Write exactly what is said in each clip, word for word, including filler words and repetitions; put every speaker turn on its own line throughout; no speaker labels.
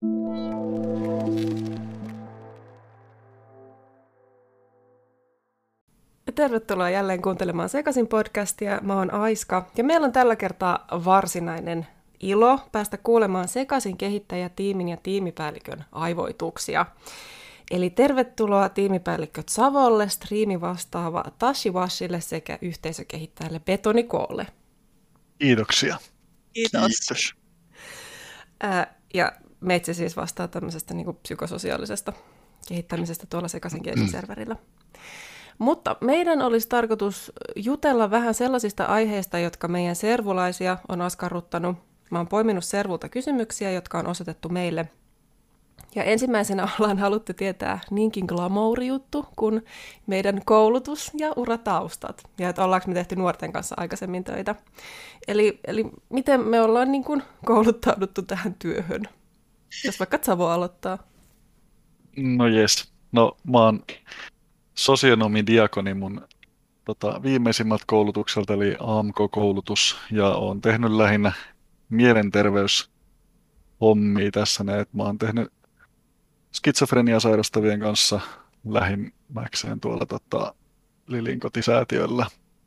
Tervetuloa jälleen kuuntelemaan Sekasin podcastia. Mä oon Aiska ja meillä on tällä kertaa varsinainen ilo päästä kuulemaan Sekasin kehittäjätiimin ja tiimipäällikön aivoituksia. Eli tervetuloa tiimipäällikkö Savolle, striimivastaava Tashi Washille sekä yhteisökehittäjälle Betoni Koolle.
Kiitoksia.
Kiitos.
Kiitos.
Ää, ja meitsi siis vastaa tämmöisestä niin kuin psykososiaalisesta kehittämisestä tuolla Sekasin Gaming-serverillä. Mutta meidän olisi tarkoitus jutella vähän sellaisista aiheista, jotka meidän servulaisia on askarruttanut. Mä oon poiminut servulta kysymyksiä, jotka on osoitettu meille. Ja ensimmäisenä ollaan haluttu tietää niinkin glamour-juttu kuin meidän koulutus- ja urataustat. Ja että ollaanko me tehty nuorten kanssa aikaisemmin töitä. Eli, eli miten me ollaan niin kuin kouluttauduttu tähän työhön? Jos vaikka Savo aloittaa.
No jes. No mä oon sosionomi-diakoni mun tota, viimeisimmät koulutukselta, eli A M K-koulutus. Ja oon tehnyt lähinnä mielenterveyshommia tässä. Näin, että mä oon tehnyt skitsofreniaa sairastavien kanssa lähimmäkseen tuolla tota, Lilin kotisäätiöllä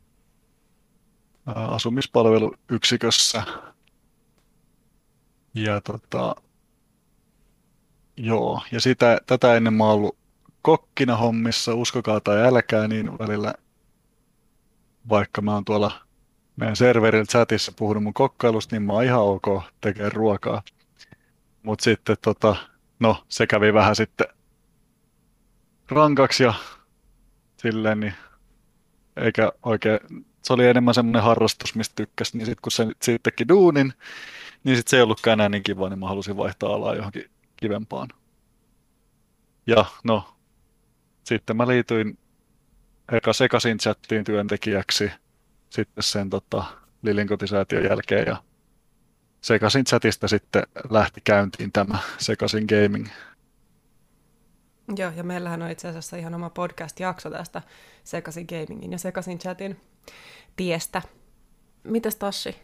ää, asumispalveluyksikössä. Ja tota, joo, ja sitä, tätä ennen mä oon ollut kokkina hommissa, uskokaa tai älkää, niin välillä, vaikka mä oon tuolla meidän serverillä chatissa puhunut mun kokkailusta, niin mä oon ihan ok tekemään ruokaa. Mut sitten tota, no se kävi vähän sitten rankaksi ja silleen, niin eikä oikein, se oli enemmän semmoinen harrastus, mistä tykkäsin, niin sitten kun se siitä teki duunin, niin sitten se ei ollutkaan enää niin kiva, niin mä halusin vaihtaa alaa johonkin kivempaan. Ja no, sitten mä liityin eka Sekasin chattiin työntekijäksi sitten sen tota, Lilin kotisäätiön jälkeen ja Sekasin chatista sitten lähti käyntiin tämä Sekasin Gaming.
Joo, ja meillähän on itse asiassa ihan oma podcast-jakso tästä Sekasin Gamingin ja Sekasin chatin tiestä. Mitäs Tashi?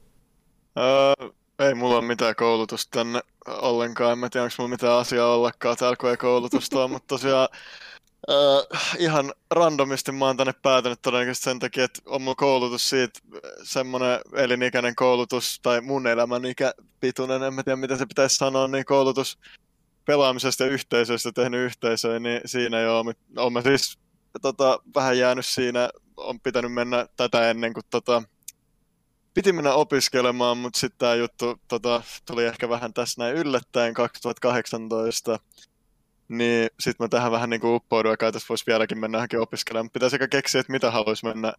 Öö, ei mulla ole mitään koulutusta tänne ollenkaan. En mä tiedä, onko mulla mitään asiaa ollakaan täällä, kun ei koulutusta on, mutta tosiaan öö, ihan randomisti mä oon tänne päätynyt todennäköisesti sen takia, että on mulla koulutus siitä semmoinen elinikäinen koulutus, tai mun elämän ikäpituinen, en mä tiedä mitä se pitäisi sanoa, niin koulutus pelaamisesta ja yhteisöistä tehnyt yhteisöä, niin siinä joo, on mä siis tota, vähän jäänyt siinä, on pitänyt mennä tätä ennen kuin tota, piti mennä opiskelemaan, mutta sitten tämä juttu tota, tuli ehkä vähän tässä näin yllättäen kaksituhattakahdeksantoista, niin sitten mä tähän vähän niin kuin uppouduin, ja kai tässä voisi vieläkin mennä johonkin opiskelemaan, mutta pitäisi ehkä keksiä, että mitä haluaisi mennä,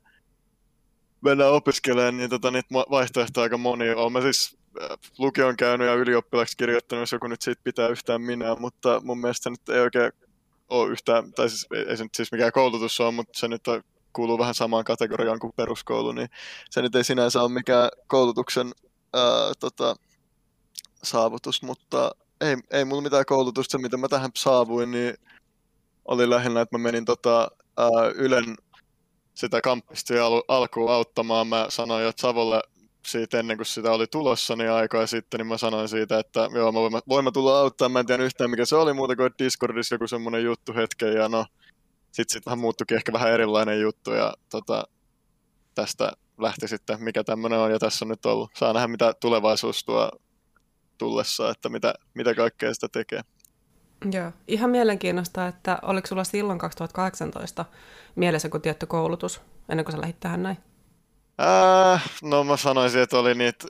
mennä opiskelemaan, niin tota, niitä vaihtoehtoja aika moni. Olen mä siis lukion käynyt ja ylioppilaksi kirjoittanut, jos joku nyt siitä pitää yhtään minä, mutta mun mielestä se nyt ei oikein ole yhtään, tai siis ei se nyt siis mikään koulutus ole, mutta se nyt on, kuuluu vähän samaan kategoriaan kuin peruskoulu, niin se nyt ei sinänsä ole mikään koulutuksen ää, tota, saavutus, mutta ei, ei mulla mitään koulutusta, mitä mä tähän saavuin, niin oli lähinnä, että mä menin tota, ää, Ylen sitä kamppista al- alkuun auttamaan. Mä sanoin, että Savolle siitä ennen kuin sitä oli tulossa niin aikaa sitten, niin mä sanoin siitä, että joo, mä voin, voin mä tulla auttaa. Mä en tiedä yhtään mikä se oli muuta kuin Discordissa joku semmoinen juttu hetken, ja no sit sit vähän muuttuikin ehkä vähän erilainen juttu, ja tota, tästä lähti sitten mikä tämmönen on, ja tässä on nyt ollut. Saa nähdä mitä tulevaisuus tuo tullessa, että mitä, mitä kaikkea sitä tekee.
Joo, ihan mielenkiinnosta, että oliko sulla silloin kaksituhattakahdeksantoista mielessä kuin tietty koulutus, ennen kuin sä lähdit tähän näin?
Äh, no mä sanoisin, että oli niitä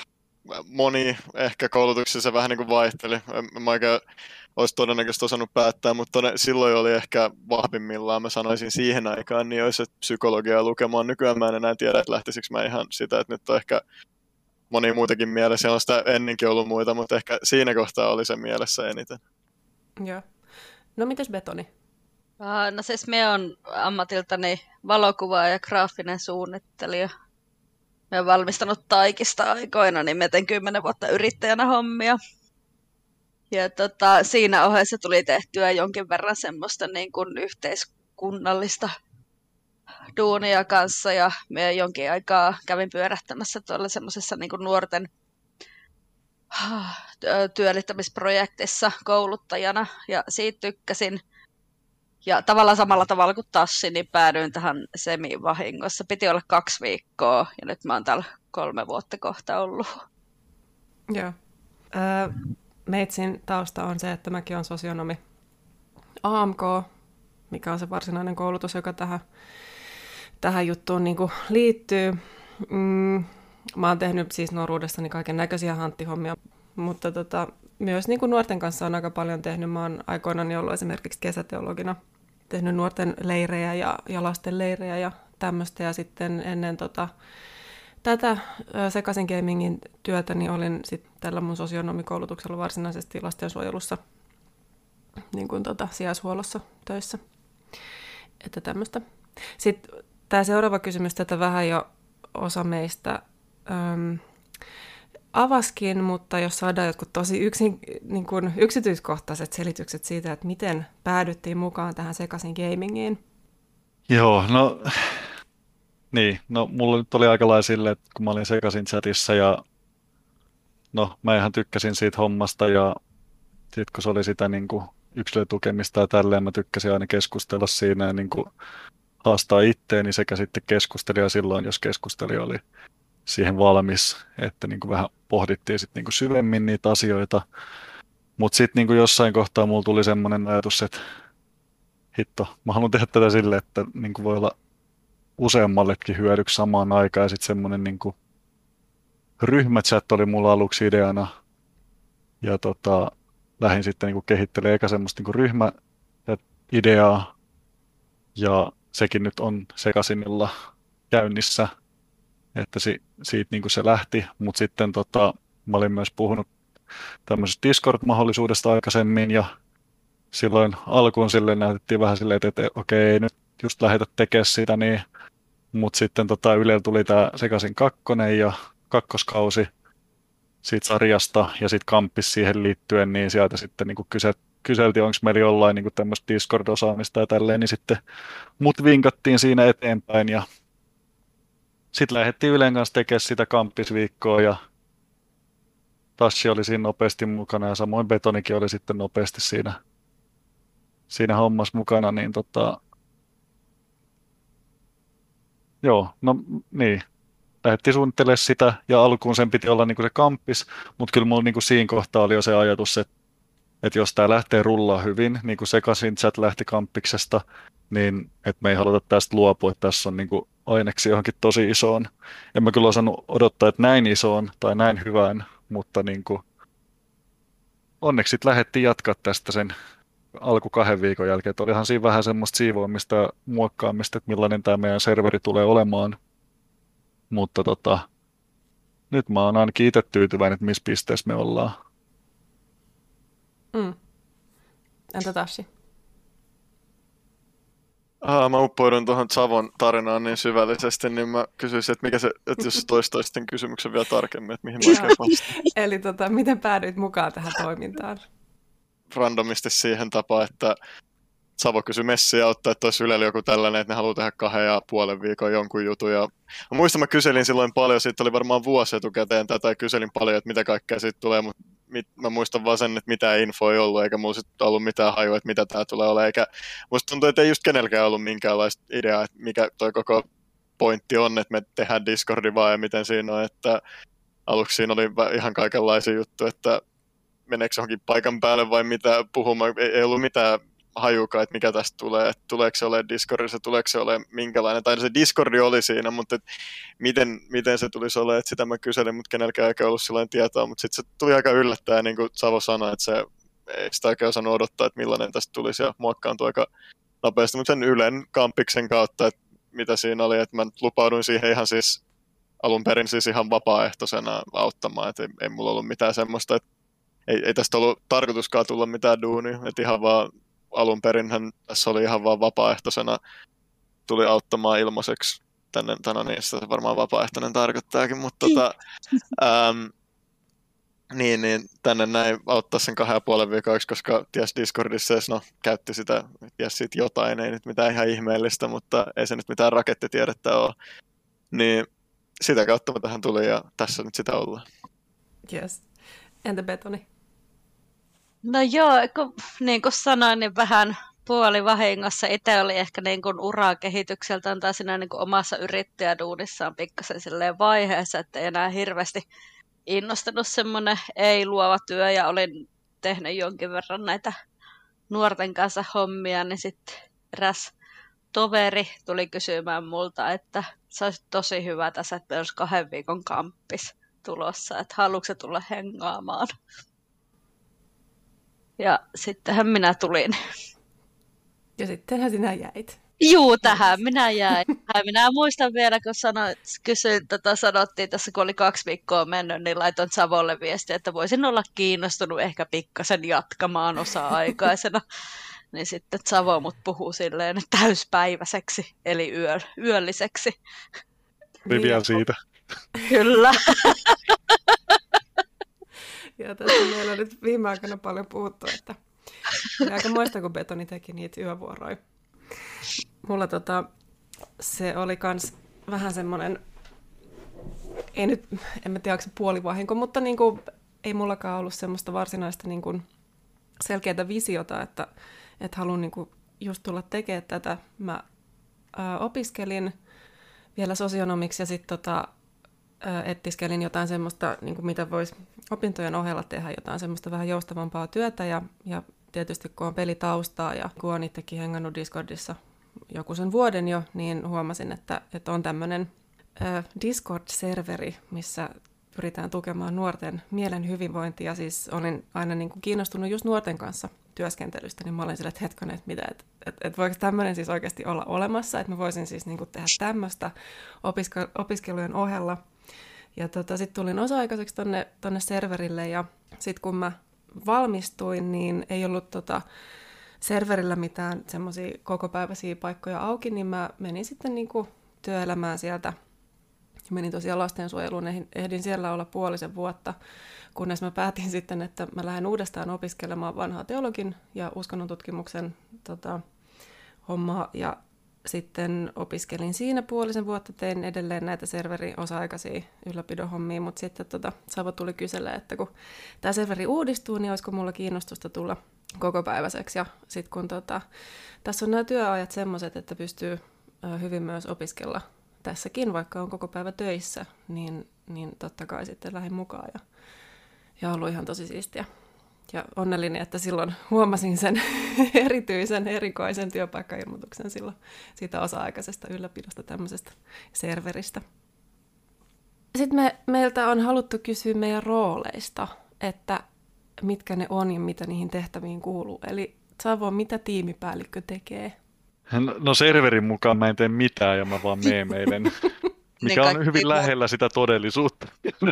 moni ehkä koulutuksissa vähän niin kuin vaihteli. Mä oikein olisi todennäköisesti osannut päättää, mutta todella, silloin oli ehkä vahvimmillaan, mä sanoisin siihen aikaan, niin olisi psykologiaa lukemaan. Nykyään mä en enää tiedä, että lähtisikö mä ihan sitä, että nyt on ehkä moni muutakin mielessä. On sitä ennenkin ollut muita, mutta ehkä siinä kohtaa oli se mielessä eniten.
Joo. No mites Betoni?
Uh, no siis me on ammatiltani valokuvaaja ja graafinen suunnittelija. Me on valmistanut Taikista aikoina, niin me tein kymmenen vuotta yrittäjänä hommia. Ja tota, siinä ohessa tuli tehtyä jonkin verran semmoista niin kuin yhteiskunnallista duunia kanssa. Ja me jonkin aikaa kävin pyörähtämässä tuolla semmoisessa niin kuin nuorten työllittämisprojektissa kouluttajana ja siitä tykkäsin. Ja tavallaan samalla tavalla kuin Tassi, niin päädyin tähän semivahingossa. Piti olla kaksi viikkoa ja nyt mä oon täällä kolme vuotta kohta ollut.
Joo. Öö, meitsin tausta on se, että mäkin olen sosionomi A M K, mikä on se varsinainen koulutus, joka tähän, tähän juttuun niin kuin liittyy. Mm, mä oon tehnyt siis nuoruudessani kaiken näköisiä hanttihommia, mutta tota, myös niin kuin nuorten kanssa on aika paljon tehnyt. Mä oon aikoinaan ollut esimerkiksi kesäteologina tehnyt nuorten leirejä ja, ja lasten leirejä ja tämmöistä. Ja sitten ennen tota, tätä Sekaisin Gamingin työtä niin olin sitten tällä mun sosionomikoulutuksella varsinaisesti lastensuojelussa niin kuin tota, sijaishuollossa töissä. Että tämmöistä. Sitten tämä seuraava kysymys, tätä vähän jo osa meistä äm, avaskin, mutta jos saadaan jotkut tosi yksin, niin kuin yksityiskohtaiset selitykset siitä, että miten päädyttiin mukaan tähän Sekaisin Gamingiin.
Joo, no niin, no mulla nyt oli aika lailla silleen, että kun mä olin Sekaisin chatissa ja no mä ihan tykkäsin siitä hommasta ja sitten kun se oli sitä niin kuin yksilötukemista ja tälleen, mä tykkäsin aina keskustella siinä ja niin kuin haastaa itteeni sekä sitten keskustelija silloin, jos keskustelija oli siihen valmis, että niin kuin vähän pohdittiin sitten niin kuin syvemmin niitä asioita. Mutta sitten niin kuin jossain kohtaa mulla tuli semmoinen ajatus, että hitto, mä haluan tehdä tätä silleen, että niin kuin voi olla useammallekin hyödyksi samaan aikaan. Ja sitten semmoinen niin kuin ryhmächat oli mulla aluksi ideana. Ja tota, lähdin sitten niin kuin kehittelemään eka semmoista niin kuin ryhmäideaa. Ja sekin nyt on Sekaisinilla käynnissä. Että si, siitä niin kuin se lähti, mutta sitten tota, mä olin myös puhunut tämmöisestä Discord-mahdollisuudesta aikaisemmin ja silloin alkuun sille näytettiin vähän silleen, että okei, nyt just lähdetä tekemään sitä, niin, mutta sitten tota, Ylellä tuli tämä Sekaisin kakkonen ja kakkoskausi siitä sarjasta ja sitten kamppis siihen liittyen, niin sieltä sitten niin kuin kyse, kyseltiin, onko meillä jollain niin kuin tämmöistä Discord-osaamista ja tälleen, niin sitten mut vinkattiin siinä eteenpäin ja sitten lähdettiin Ylen kanssa tekemään sitä kamppisviikkoa ja Tassi oli siinä nopeasti mukana ja samoin Betonikin oli sitten nopeasti siinä, siinä hommassa mukana. Niin tota, joo, no niin. Lähdettiin suunnittelemaan sitä ja alkuun sen piti olla niinku se kamppis, mutta kyllä mulla niinku siinä kohtaa oli jo se ajatus, että, että jos tämä lähtee rullaa hyvin, niin kuin Sekaisin chat lähti kamppiksesta, niin että me ei haluta tästä luopua, että tässä on niinku aineksi johonkin tosi isoon. En mä kyllä osannut odottaa, että näin isoon tai näin hyvään, mutta niin kuin onneksi sitten lähdettiin jatkaa tästä sen alku kahden viikon jälkeen. Että olihan siinä vähän semmoista siivoamista ja muokkaamista, että millainen tämä meidän serveri tulee olemaan. Mutta tota, nyt mä oon ainakin itse tyytyväinen, että missä pisteessä me ollaan.
Mm. Entä Tassi?
Ah, mä uppoudun tuohon Savon tarinaan niin syvällisesti, niin mä kysyisin, että mikä se, että jos toistaisi sitten kysymyksen vielä tarkemmin, että mihin mä oikein vastaan.
Eli tota, miten päädyit mukaan tähän toimintaan?
Randomisti siihen tapaan, että Savo kysyi messiä auttaa, että olisi Ylellä joku tällainen, että ne haluaa tehdä kahden ja puolen viikon jonkun jutun. Ja mä muistan, mä kyselin silloin paljon, siitä oli varmaan vuosi etukäteen tätä, ja kyselin paljon, että mitä kaikkea siitä tulee, mutta mit, mä muistan vaan sen, että mitään infoa ei ollut, eikä mulla sitten ollut mitään hajua, että mitä tää tulee olemaan. Eikä musta tuntuu, että ei just kenelläkään ollut minkäänlaista ideaa, että mikä toi koko pointti on, että me tehdään Discordi vaan ja miten siinä on, että aluksi siinä oli ihan kaikenlaisia juttuja, että meneekö johonkin paikan päälle vai mitä puhumaan, ei, ei ollut mitään hajukaan, että mikä tästä tulee, että tuleeko se olemaan Discordissa, tuleeko se olemaan minkälainen, tai se Discordi oli siinä, mutta et miten, miten se tulisi olemaan, että sitä mä kyselin, mutta kenelläkään ei ollut sellainen tietoa, mutta sitten se tuli aika yllättäen, niin kuin Savo sanoi, että se ei sitä oikein osannut odottaa, että millainen tästä tulisi ja muokkaantui aika nopeasti, mutta sen Ylen kampiksen kautta, että mitä siinä oli, että mä lupauduin siihen ihan siis alun perin siis ihan vapaaehtoisena auttamaan, että ei, ei mulla ollut mitään semmoista, että ei, ei tästä ollut tarkoituskaan tulla mitään duunia, että ihan vaan alun perinhän tässä oli ihan vaan vapaaehtoisena, tuli auttamaan ilmaiseksi tänne, tänne niin sitä varmaan vapaaehtoinen tarkoittaakin, mutta tota, äm, niin, niin, tänne näin auttaa sen kahden ja puolen viikoiksi, koska ties Discordissa edes, no, käytti sitä, ties siitä jotain, ei nyt mitään ihan ihmeellistä, mutta ei se nyt mitään rakettitiedettä ole, niin sitä kautta mä tähän tuli ja tässä nyt sitä ollaan.
Yes. Entä Betoni?
No joo, kun, niin kuin sanoin, niin vähän puolivahingossa. Itse oli ehkä niin kuin urakehitykseltään tai siinä niin kuin omassa yrittäjäduunissaan pikkasen silleen vaiheessa, että ei enää hirveästi innostanut semmoinen ei-luova työ ja olin tehnyt jonkin verran näitä nuorten kanssa hommia, niin sitten eräs toveri tuli kysymään multa, että se olisi tosi hyvä tässä, että olisi kahden viikon kamppis tulossa, että haluatko tulla hengaamaan. Ja sittenhän minä tulin.
Ja sittenhän sinä jäit.
Juu, tähän minä jäin. Minä muistan vielä, kun sanoit, kysyin, tota, sanottiin tässä, kun oli kaksi viikkoa mennyt, niin laitoin Savolle viestiä, että voisin olla kiinnostunut ehkä pikkasen jatkamaan osa-aikaisena. Niin sitten Savo mut puhuu silleen täyspäiväiseksi, eli yö, yölliseksi.
Oli vielä siitä.
Kyllä.
Ja tässä meillä on nyt viime aikoina paljon puhuttu, että oli aika muista, kun Betoni teki niitä yövuoroja. Mulla tota, se oli kans vähän semmoinen, ei nyt, en mä tiedä, onko se puolivahinko, mutta niin kuin, ei mullakaan ollut semmoista varsinaista niin kuin selkeää visiota, että, että haluan niin kuin just tulla tekemään tätä. Mä ää, opiskelin vielä sosionomiksi ja sitten tota, ettiskelin jotain semmoista, niin kuin mitä voisi opintojen ohella tehdä, jotain semmoista vähän joustavampaa työtä ja, ja tietysti kun on pelitaustaa ja kun on itsekin hengannut Discordissa joku sen vuoden jo, niin huomasin, että, että on tämmöinen äh, Discord-serveri, missä pyritään tukemaan nuorten mielen hyvinvointia. Siis olin aina niin kuin kiinnostunut just nuorten kanssa työskentelystä, niin mä olin sille, että hetkonen, että mitä, että, että, että voiko tämmöinen siis oikeasti olla olemassa, että mä voisin siis niin kuin tehdä tämmöistä opiske- opiskelujen ohella. Ja tota, sitten tulin osa-aikaiseksi tonne, tonne serverille ja sitten kun mä valmistuin, niin ei ollut tota serverillä mitään semmoisia kokopäiväisiä paikkoja auki, niin mä menin sitten niinku työelämään sieltä. Menin tosiaan lastensuojeluun, ehdin siellä olla puolisen vuotta, kunnes mä päätin sitten, että mä lähden uudestaan opiskelemaan vanhaa teologin ja uskonnontutkimuksen tota, hommaa. Ja sitten opiskelin siinä puolisen vuotta, tein edelleen näitä serveri osa-aikaisia ylläpidon mutta sitten tota, Savo tuli kysellä, että kun tämä serveri uudistuu, niin olisiko mulla kiinnostusta tulla kokopäiväiseksi. Ja sitten kun tota, tässä on nämä työajat semmoiset, että pystyy hyvin myös opiskella tässäkin, vaikka on koko päivä töissä, niin, niin totta kai sitten lähdin mukaan ja, ja ollut ihan tosi siistiä. Ja onnellinen, että silloin huomasin sen erityisen, erikoisen työpaikkailmoituksen silloin siitä osa-aikaisesta ylläpidosta tämmöisestä serveristä. Sitten me, meiltä on haluttu kysyä meidän rooleista, että mitkä ne on ja mitä niihin tehtäviin kuuluu. Eli Savo, mitä tiimipäällikkö tekee?
No serverin mukaan mä en tee mitään ja mä vaan meemeilen, mikä on hyvin lähellä sitä todellisuutta.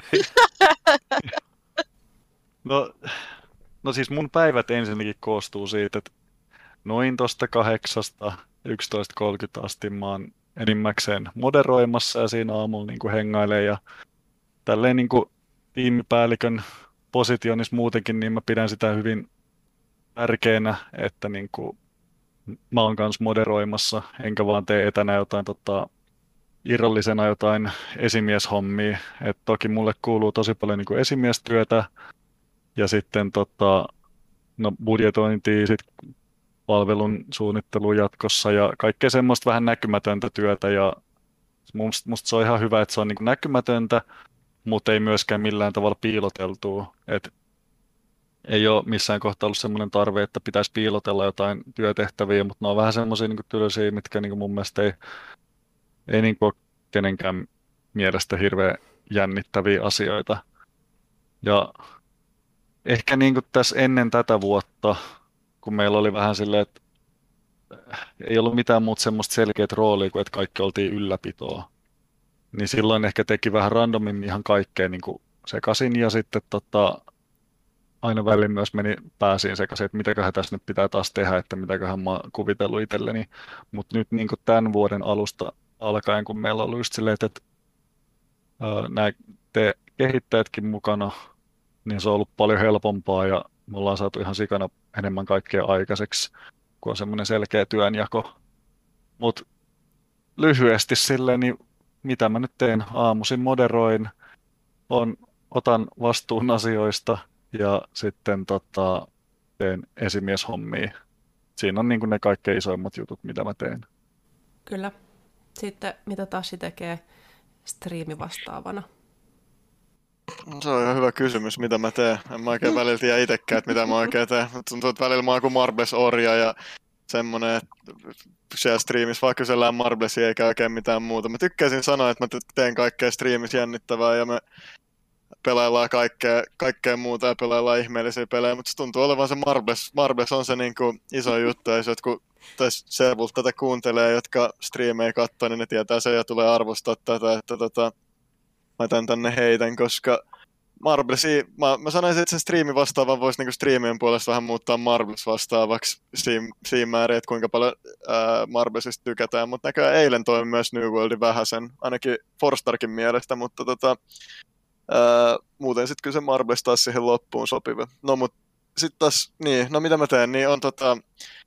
No, no siis mun päivät ensinnäkin koostuu siitä, että noin tuosta kahdeksasta yksitoista kolmekymmentä asti mä oon enimmäkseen moderoimassa ja siinä aamulla niin kuin hengailee ja tälleen niin kuin tiimipäällikön positionissa muutenkin, niin mä pidän sitä hyvin tärkeänä, että niin kuin mä oon kanssa moderoimassa, enkä vaan tee etänä jotain tota, irrallisena jotain esimieshommia. Et toki mulle kuuluu tosi paljon niin kuin esimiestyötä ja sitten tota, no, budjetointia, sit palvelun suunnittelu jatkossa ja kaikkea semmoista vähän näkymätöntä työtä. Ja musta, musta se on ihan hyvä, että se on niin kuin näkymätöntä, mutta ei myöskään millään tavalla piiloteltua. Et ei ole missään kohtaa ollut semmoinen tarve, että pitäisi piilotella jotain työtehtäviä, mutta ne on vähän semmoisia niin tylsiä, mitkä niin mun mielestä ei, ei niin ole kenenkään mielestä hirveän jännittäviä asioita. Ja ehkä niin tässä ennen tätä vuotta, kun meillä oli vähän silleen, että ei ollut mitään muuta semmoista selkeät roolia kuin että kaikki oltiin ylläpitoa, niin silloin ehkä teki vähän randomin ihan kaikkea niin sekaisin ja sitten tota, aina välillä myös meni pääsiin sekaisin, että mitäköhän tässä nyt pitää taas tehdä, että mitäköhän mä oon kuvitellut itselleni. Mutta nyt niin tämän vuoden alusta alkaen, kun meillä on ollut just silleen, että nämä te kehittäjätkin mukana, niin se on ollut paljon helpompaa ja me ollaan saatu ihan sikana enemmän kaikkea aikaiseksi, kun on semmoinen selkeä työnjako. Mutta lyhyesti silleen, niin mitä mä nyt teen? Aamuisin moderoin, on, otan vastuun asioista, ja sitten tota, teen esimieshommia. Siinä on niin kuin ne kaikkein isoimmat jutut, mitä mä teen.
Kyllä. Sitten mitä Tashi tekee striimivastaavana?
No, se on ihan hyvä kysymys, mitä mä teen. En mä oikein välillä tiedä itsekään, että mitä mä oikein teen. Mutta tuntuu, että välillä mä oon kuin Marbles-orja ja semmoinen, että siellä striimissä vaikka kysellään Marblesia eikä oikein mitään muuta. Mä tykkäisin sanoa, että mä teen kaikkea striimissä jännittävää ja me pelaillaan kaikkea, kaikkea muuta ja pelaillaan ihmeellisiä pelejä, mutta se tuntuu olevan se Marbles. Marbles on se niin kuin iso juttu, ja jos jotkut servulta tätä kuuntelee, jotka striimejä katsoo, niin ne tietää sen ja tulee arvostaa tätä, että tota, mä tän tänne heitän, koska Marblesi, mä, mä sanoisin, että sen striimi vastaavan voisi niinku striimien puolesta vähän muuttaa Marbles vastaavaksi siinä, siinä määrin, että kuinka paljon ää, Marblesista tykätään, mutta näköjään eilen toimi myös New Worldin vähäsen, ainakin Forstarkin mielestä, mutta tota, ää, muuten sitten kyllä se Marbles taas siihen loppuun sopiva. No mut sitten taas, niin, no mitä mä teen, niin on tota,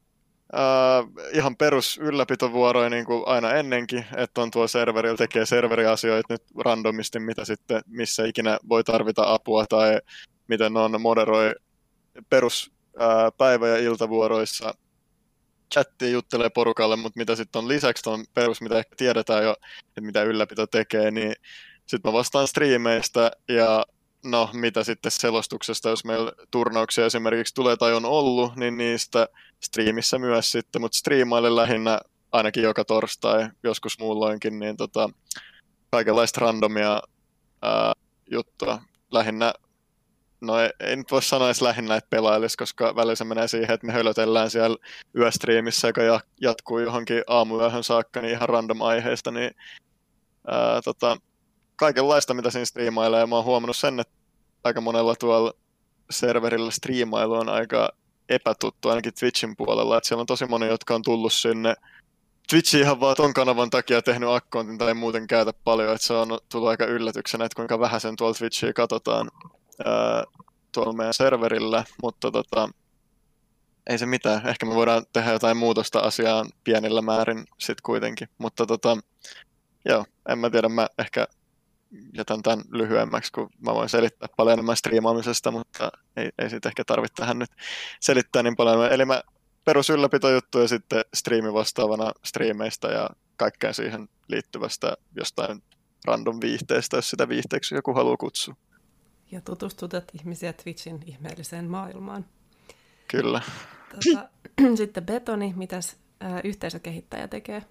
Uh, ihan perus ylläpitovuoroja niin kuin aina ennenkin, että on tuo serverillä tekee serveriasioita nyt randomisti, mitä sitten, missä ikinä voi tarvita apua tai miten on moderoi perus uh, päivä- ja iltavuoroissa chattiin juttelee porukalle, mutta mitä sitten on lisäksi on perus, mitä ehkä tiedetään jo, että mitä ylläpito tekee, niin sitten mä vastaan striimeistä ja no, mitä sitten selostuksesta, jos meillä turnauksia esimerkiksi tulee tai on ollut, niin niistä striimissä myös sitten, mutta striimailen lähinnä ainakin joka torstai, joskus muulloinkin, niin tota, kaikenlaista randomia ää, juttua. Lähinnä, no ei, ei nyt voi sanoa edes lähinnä, että pelailisi, koska välillä se menee siihen, että me hölötellään siellä yöstriimissä, joka jatkuu johonkin aamuyöhön saakka, niin ihan random aiheesta, niin ää, tota, kaikenlaista, mitä siinä striimailee. Mä oon huomannut sen, että aika monella tuolla serverillä striimailu on aika epätuttu, ainakin Twitchin puolella. Että siellä on tosi moni, jotka on tullut sinne Twitchiin ihan vaan ton kanavan takia tehnyt accountin tai muuten käytä paljon. Että se on tullut aika yllätyksenä, että kuinka vähän sen tuolla Twitchiä katsotaan ää, tuolla meidän serverillä. Mutta tota, ei se mitään. Ehkä me voidaan tehdä jotain muutosta asiaan pienillä määrin sit kuitenkin. Mutta tota, joo, en mä tiedä, mä ehkä jätän tämän lyhyemmäksi, kun mä voin selittää paljon enemmän striimaamisesta, mutta ei, ei siitä ehkä tarvitse tähän nyt selittää niin paljon. Eli mä perus ylläpitojuttu ja sitten striimi vastaavana striimeistä ja kaikkea siihen liittyvästä jostain random viihteestä, jos sitä viihteeksi joku haluaa kutsua.
Ja tutustutat ihmisiä Twitchin ihmeelliseen maailmaan.
Kyllä.
Tota, sitten Betoni, mitäs ää, yhteisökehittäjä tekee?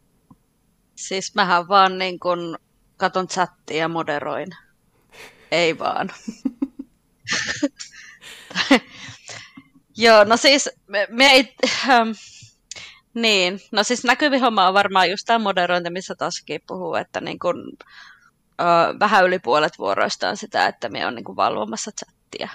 Siis mähän vaan niin kun katon chattia ja moderoin. Ei vaan. Joo, no siis me, me ei... Ähm, niin, no siis näkyvin homma on varmaan just tämä moderointi, missä Taskikin puhuu, että niin kun, äh, vähän yli puolet vuoroista on sitä, että me on niin kun valvomassa chattia.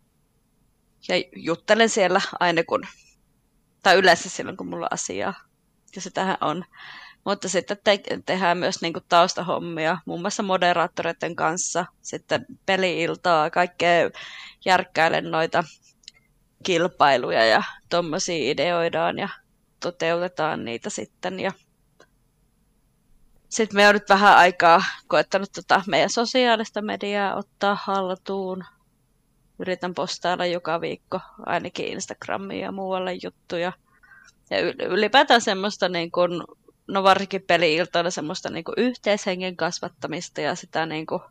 Ja juttelen siellä aina kun, tai yleensä silloin kun mulla on asiaa, ja sitähän on. Mutta sitten te- tehdään myös niin kuin taustahommia, muun muassa moderaattoreiden kanssa, sitten peli-iltaa, kaikkea järkkäilen noita kilpailuja ja tommosia ideoidaan ja toteutetaan niitä sitten. Ja sitten me on nyt vähän aikaa koettanut tota meidän sosiaalista mediaa ottaa haltuun. Yritän postailla joka viikko ainakin Instagramiin ja muualle juttuja. Ja ylipäätään semmoista niin kuin no varsinkin peli-iltoilla semmoista niinku yhteishengen kasvattamista ja sitä niinku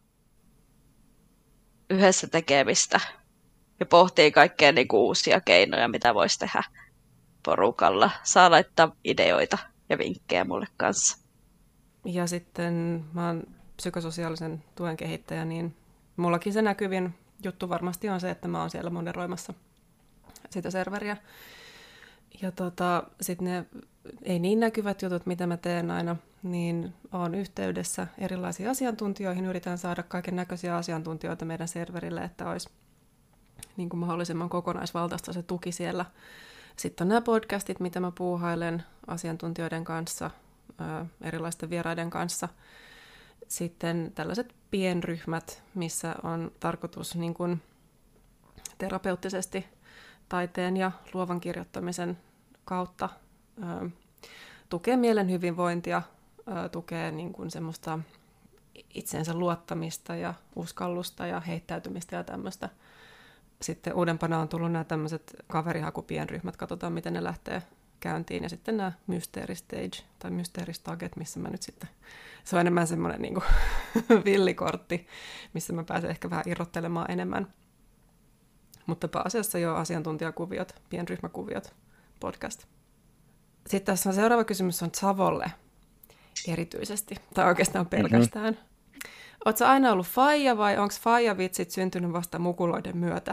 yhdessä tekemistä. Ja pohtii kaikkea niinku uusia keinoja, mitä voisi tehdä porukalla. Saa laittaa ideoita ja vinkkejä mulle kanssa.
Ja sitten mä oon psykososiaalisen tuen kehittäjä, niin mullakin se näkyvin juttu varmasti on se, että mä oon siellä moderoimassa sitä serveriä. Ja tota, sitten ne ei niin näkyvät jutut, mitä mä teen aina, niin olen yhteydessä erilaisiin asiantuntijoihin. Yritän saada kaiken näköisiä asiantuntijoita meidän serverille, että olisi niin kuin mahdollisimman kokonaisvaltaista se tuki siellä. Sitten on nämä podcastit, mitä mä puuhailen asiantuntijoiden kanssa, erilaisten vieraiden kanssa. Sitten tällaiset pienryhmät, missä on tarkoitus niin kuin terapeuttisesti taiteen ja luovan kirjoittamisen kautta ö, tukee mielen hyvinvointia, ö, tukee niin kuin semmoista itsensä luottamista ja uskallusta ja heittäytymistä ja tämmöistä. sitten uudempana on tullut nämä tämmöiset kaverihakupienryhmät, katsotaan miten ne lähtee käyntiin. Ja sitten nämä mysteeristage tai mysteeristaget, missä mä nyt sitten, se on enemmän semmoinen niin kuin villikortti, missä mä pääsen ehkä vähän irrottelemaan enemmän. Mutta pääasiassa jo asiantuntijakuviot, pienryhmäkuviot, podcast. Sitten tässä on seuraava kysymys on Savolle erityisesti, tai oikeastaan pelkästään. Mm-hmm. Oletko aina ollut faija vai onko faija-vitsit syntynyt vasta mukuloiden myötä?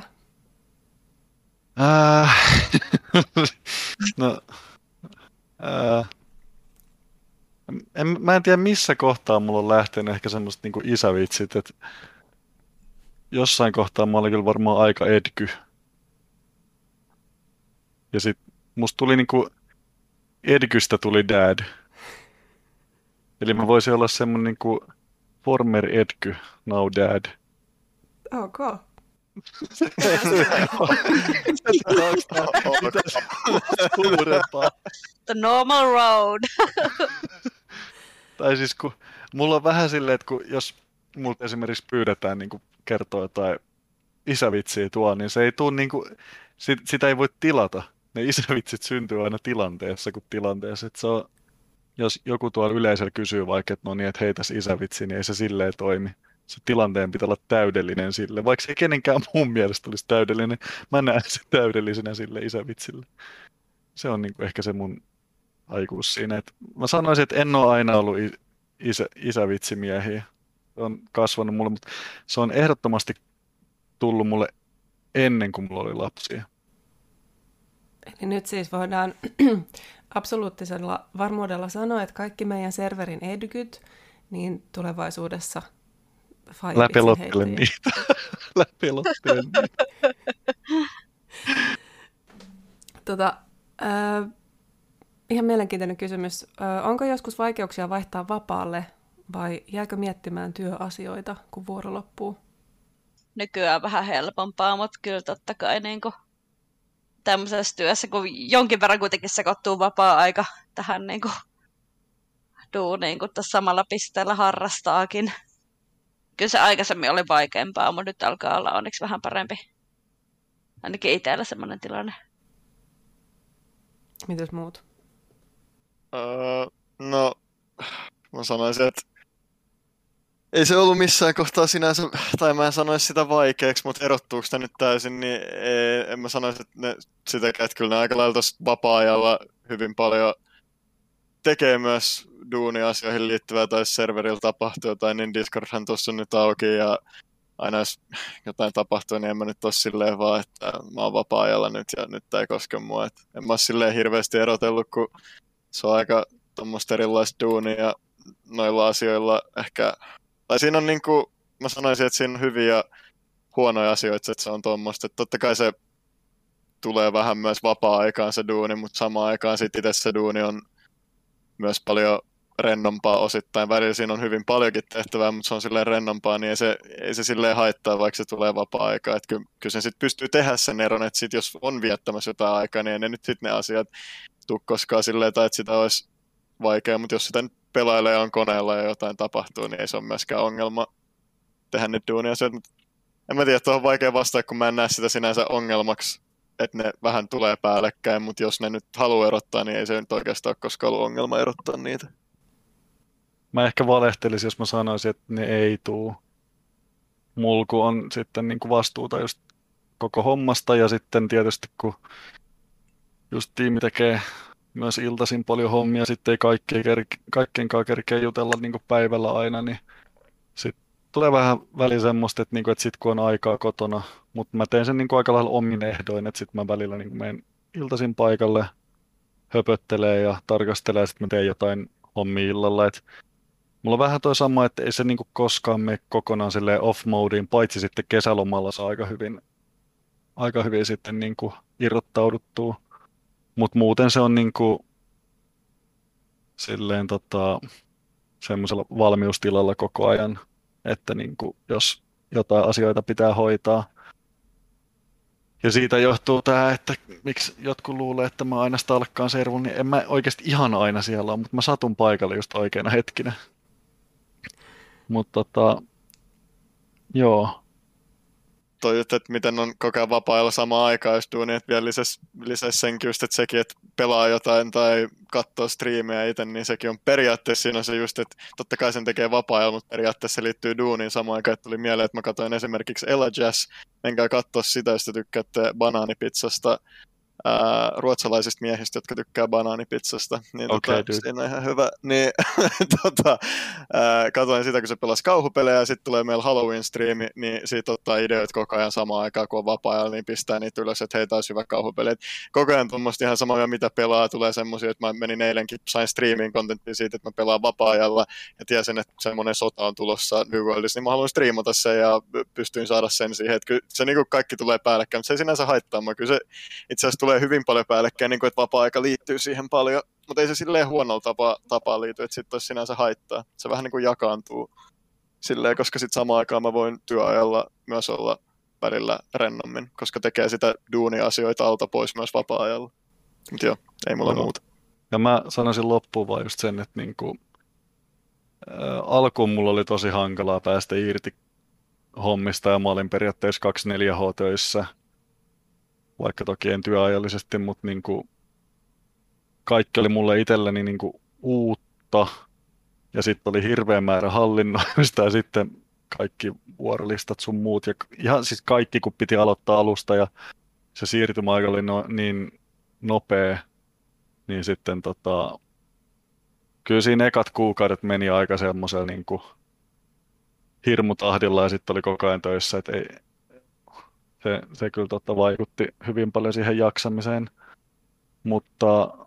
Äh, no, äh, en, mä en tiedä missä kohtaa mulla on lähtenyt ehkä semmoista niinku isävitsit, että jossain kohtaa mä olin kyllä varmaan aika edgy. Ja sit musta tuli niinku, edgystä tuli dad. Eli mä voisin olla semmonen niinku former edgy, now dad.
Ok.
The normal road.
Tai siis kun mulla on vähän silleen, että kun jos multa esimerkiksi pyydetään niin kertoa jotain isävitsiä tuo, niin se ei tuu niin kuin, sit, sitä ei voi tilata. Ne isävitsit syntyy aina tilanteessa kuin tilanteessa. Että se on, jos joku tuolla yleisöllä kysyy vaikka, että no niin, että heitäs isävitsi, niin ei se silleen toimi. Se tilanteen pitää olla täydellinen sille. Vaikka se ei kenenkään muun mielestä olisi täydellinen, mä näen sen täydellisenä sille isävitsille. Se on niin kuin ehkä se mun aikuus siinä. Et mä sanoisin, että en ole aina ollut isä, isävitsimiehiä. Se on kasvanut mulle, mutta se on ehdottomasti tullut mulle ennen kuin mulla oli lapsia.
Eli nyt siis voidaan absoluuttisella varmuudella sanoa, että kaikki meidän serverin edgyt, niin tulevaisuudessa
Älä pelottele niitä. Älä pelottele niitä.
tota, äh, ihan mielenkiintoinen kysymys. Äh, onko joskus vaikeuksia vaihtaa vapaalle vai jääkö miettimään työasioita, kun vuoro loppuu?
Nykyään vähän helpompaa, mutta kyllä totta kai niin kuin tämmöisessä työssä, kun jonkin verran kuitenkin sekoittuu vapaa-aika tähän niin kuin duuniin, kun tässä samalla pisteellä harrastaakin. Kyllä se aikaisemmin oli vaikeampaa, mutta nyt alkaa olla onneksi vähän parempi. Ainakin itsellä semmoinen tilanne.
Mitäs muut?
Öö, no, mä sanoisin, että ei se ollut missään kohtaa sinänsä, tai mä en sanoisi sitä vaikeaksi, mutta erottuuko sitä nyt täysin, niin ei, en mä sanoisi, että ne, sitäkään, että kyllä ne aika lailla tuossa vapaa-ajalla hyvin paljon tekee myös duuni-asioihin liittyvää, tai serverillä tapahtuu jotain, niin Discordhan tuossa on nyt auki, ja aina jos jotain tapahtuu, niin en mä nyt ole silleen vaan, että mä oon vapaa-ajalla nyt, ja nyt tää ei koske mua. Et en mä ole silleen hirveästi erotellut, kun se on aika tommoista erilaista duunia, ja noilla asioilla ehkä, tai siinä on niinku, mä sanoisin, että siinä on hyviä ja huonoja asioita, että se on tuommoista, että totta kai se tulee vähän myös vapaa-aikaan se duuni, mutta samaan aikaan sitten itse se duuni on myös paljon rennompaa osittain. Välillä siinä on hyvin paljonkin tehtävää, mutta se on silleen rennompaa, niin ei se, ei se silleen haittaa, vaikka se tulee vapaa-aikaa. Että kyllä, kyllä sen sitten pystyy tehdä sen eron, että sit jos on viettämässä jotain aikaa, niin ei ne nyt sitten ne asiat tule koskaan silleen, tai että sitä olisi vaikea, mutta jos sitä nyt pelailee on koneella ja jotain tapahtuu, niin ei se ole myöskään ongelma tehdä nyt duuniasioita. En mä tiedä, että on vaikea vastata, kun mä en näe sitä sinänsä ongelmaksi, että ne vähän tulee päällekkäin, mutta jos ne nyt haluaa erottaa, niin ei se nyt oikeastaan ole koskaan ollut ongelma erottaa niitä.
Mä ehkä valehtelisin, jos mä sanoisin, että ne ei tuu. Mulku on sitten niin kuin vastuuta just koko hommasta, ja sitten tietysti kun just tiimi tekee myös iltaisin paljon hommia, sitten ei kaikkien, kaikkienkaan kerkeä jutella niin kuin päivällä aina, niin sitten tulee vähän väliin semmoista, että, niin kuin, että sit kun on aikaa kotona, mutta mä teen sen niin kuin aika lailla omin ehdoin, että sitten mä välillä niin kuin menen iltaisin paikalle, höpöttelee ja tarkastelee, ja sitten mä teen jotain hommia illalla. Et mulla on vähän toi sama, että ei se niin kuin koskaan mene kokonaan silleen off-modeen, paitsi sitten kesälomalla saa aika hyvin, aika hyvin sitten niin kuin irrottauduttua. Mutta muuten se on niinku silleen tota, semmoisella valmiustilalla koko ajan, että niinku, jos jotain asioita pitää hoitaa. Ja siitä johtuu tämä, että miksi jotkut luulee, että mä aina stalkkaan servun, niin en mä oikeasti ihan aina siellä ole, mutta mä satun paikalle just oikeana hetkinä. Mutta tota, joo.
toi, että miten on koko ajan vapaa-ajalla samaan aikaan, jos duuni, että vielä lisäisi, lisäisi senkin just, että sekin, että pelaa jotain tai katsoo striimejä itse, niin sekin on periaatteessa siinä on se just, että totta kai sen tekee vapaa-ajalla, mutta periaatteessa se liittyy duuniin samaan aikaan, että tuli mieleen, että mä katsoin esimerkiksi Ella Jazz, menkää katsoa sitä, jos te tykkäätte banaanipizzasta, Ää, ruotsalaisista miehistä, jotka tykkää banaanipizzasta, niin
Okay,
tota, siinä on ihan hyvä. Niin, tota, ää, katoin sitä, kun se pelasi kauhupelejä, ja sitten tulee meillä Halloween-striimi, niin siitä ottaa ideoita koko ajan samaan aikaan, kun on vapaa-ajalla, niin pistää niitä ylös, että hei, taas hyvä kauhupeli. Et koko ajan tuommoista ihan samaa, mitä pelaa, tulee semmoisia, että mä menin eilenkin, sain striimiin kontenttia siitä, että mä pelaan vapaa-ajalla, ja tiesin, että semmoinen sota on tulossa New Worldissa, niin mä haluan striimata sen, ja pystyin saada sen siihen, että se niin kuin kaikki tulee päällekkäin, mutta se ei sinänsä haittaa, mä kyllä se itse asiassa tulee hyvin paljon päällekkäin, niin kuin, että vapaa-aika liittyy siihen paljon, mutta ei se silleen huonolla tapaa, tapaa liity, että sitten olisi sinänsä haittaa. Se vähän niin kuin jakaantuu silleen, koska sitten samaan aikaan mä voin työajalla myös olla välillä rennommin, koska tekee sitä duunia-asioita alta pois myös vapaa-ajalla. Mutta joo, ei mulla no. muuta.
Ja mä sanoisin loppuun vaan just sen, että niinku, ä, alkuun mulla oli tosi hankalaa päästä irti hommista ja mä olin periaatteessa kaksikymmentäneljä H-töissä, vaikka toki en työajallisesti, mutta niinku kaikki oli mulle itselleni niinku uutta ja sitten oli hirveä määrä hallinnoimista ja sitten kaikki vuorolistat sun muut ja ihan siis kaikki kun piti aloittaa alusta ja se siirtymäaika oli no, niin nopea, niin sitten tota, kyllä siinä ekat kuukaudet meni aika semmoisella niinku hirmutahdilla ja sitten oli koko ajan töissä, että ei, se, se kyllä tota vaikutti hyvin paljon siihen jaksamiseen, mutta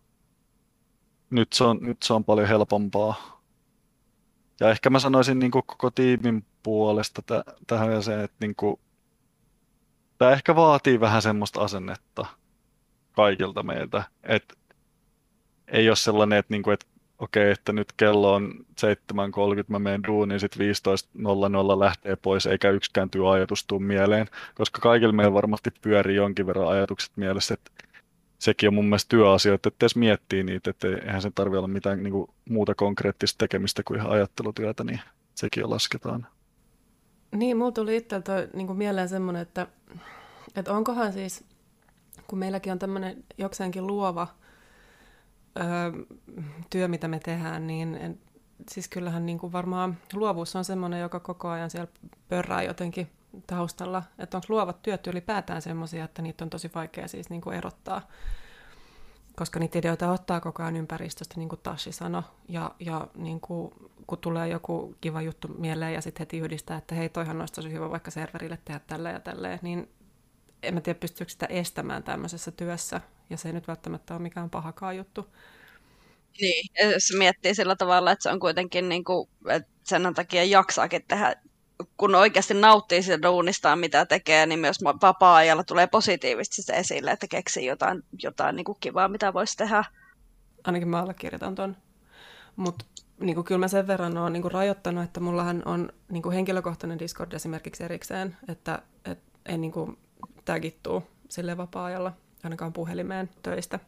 nyt se on, nyt se on paljon helpompaa. Ja ehkä mä sanoisin niin kuin koko tiimin puolesta t- tähän ja se, että niin kuin, tämä ehkä vaatii vähän semmoista asennetta kaikilta meiltä. Että ei ole sellainen, että, niin kuin, että okei, että nyt kello on seitsemän kolmekymmentä, mä menen duuniin, sitten viisitoista nolla nolla lähtee pois, eikä yksikään työajatus tule mieleen. Koska kaikilla meillä varmasti pyörii jonkin verran ajatukset mielessä, että sekin on mun mielestä työasioita, että edes miettii niitä, että eihän sen tarvitse olla mitään niin kuin, muuta konkreettista tekemistä kuin ihan ajattelutyötä, niin sekin jo lasketaan.
Niin, mulla tuli itseltä niin mieleen semmoinen, että, että onkohan siis, kun meilläkin on tämmöinen jokseenkin luova öö, työ, mitä me tehdään, niin en, siis kyllähän niin kuin varmaan luovuus on semmoinen, joka koko ajan siellä pörrää jotenkin taustalla, että onko luovat työt ylipäätään semmoisia, että niitä on tosi vaikea siis niin kuin erottaa, koska niitä ideoita ottaa koko ajan ympäristöstä, niin kuin Tashi sanoi, ja, ja niin kuin, kun tulee joku kiva juttu mieleen ja sitten heti yhdistää, että hei, toihan olisi tosi hyvä vaikka serverille tehdä tällä ja tälleen, niin en mä tiedä, pystyykö sitä estämään tämmöisessä työssä, ja se ei nyt välttämättä ole mikään pahakaan juttu.
Niin, jos miettii sillä tavalla, että se on kuitenkin, niin kuin, että sen takia jaksaakin tehdä, kun oikeasti nauttii sitä duunistaan, mitä tekee, niin myös vapaa-ajalla tulee positiivisesti se esille, että keksii jotain, jotain niin kuin kivaa, mitä voisi tehdä.
Ainakin mä allekirjoitan ton. Mutta niin kyllä mä sen verran olen niin rajoittanut, että mullahan on niin henkilökohtainen Discord esimerkiksi erikseen, että et ei niin tagittuu sille vapaa-ajalla, ainakaan puhelimeen töistä.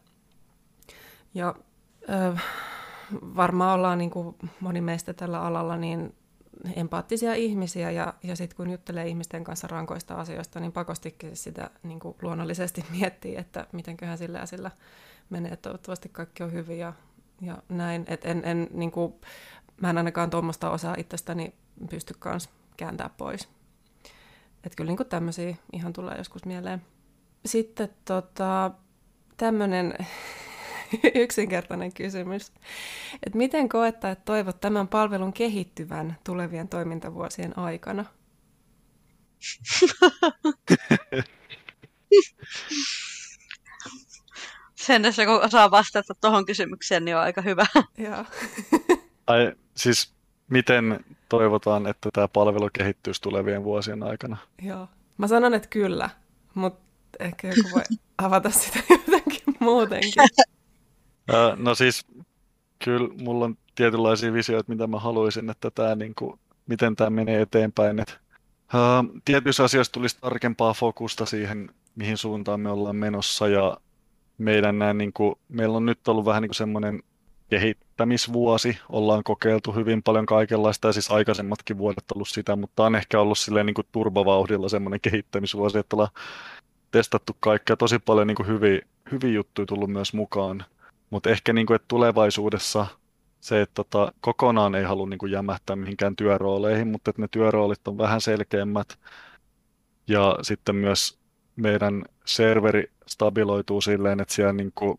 Ja ö, varmaan ollaan niin kuin moni meistä tällä alalla niin empaattisia ihmisiä, ja, ja sitten kun juttelee ihmisten kanssa rankoista asioista, niin pakostikin sitä niin kuin luonnollisesti miettii, että mitenköhän sillä ja sillä menee, toivottavasti kaikki on hyvin ja, ja näin. Et en, en, niin kuin, mä en ainakaan tuommoista osaa itsestäni pysty kanssa kääntää pois. Että kyllä niin kuin tämmöisiä ihan tulee joskus mieleen. Sitten tota, tämmöinen yksinkertainen kysymys. Et miten koettaa, että toivot tämän palvelun kehittyvän tulevien toimintavuosien aikana?
Sen, jos joku osaa vastata tuohon kysymykseen, niin on aika hyvä.
Joo.
Ai, siis miten toivotaan, että tämä palvelu kehittyisi tulevien vuosien aikana?
Joo. Mä sanon, että kyllä, mutta ehkä joku voi avata sitä jotenkin muutenkin.
No siis kyllä mulla on tietynlaisia visioita, mitä mä haluaisin, että tämä, niin kuin, miten tämä menee eteenpäin. Et, uh, tietyissä asioissa tulisi tarkempaa fokusta siihen, mihin suuntaan me ollaan menossa. Ja meidän nämä, niin kuin, meillä on nyt ollut vähän niin kuin semmoinen kehittämisvuosi. Ollaan kokeiltu hyvin paljon kaikenlaista ja siis aikaisemmatkin vuodet ollut sitä, mutta on ehkä ollut silleen niin kuin turbovauhdilla semmoinen kehittämisvuosi, että ollaan testattu kaikkea. Tosi paljon niin kuin hyviä, hyviä juttuja tullut myös mukaan, mutta ehkä niin kuin, että tulevaisuudessa se, että tota, kokonaan ei halua niin kuin jämähtää mihinkään työrooleihin, mutta että ne työroolit on vähän selkeämmät ja sitten myös meidän serveri stabiloituu silleen, että siellä niin kuin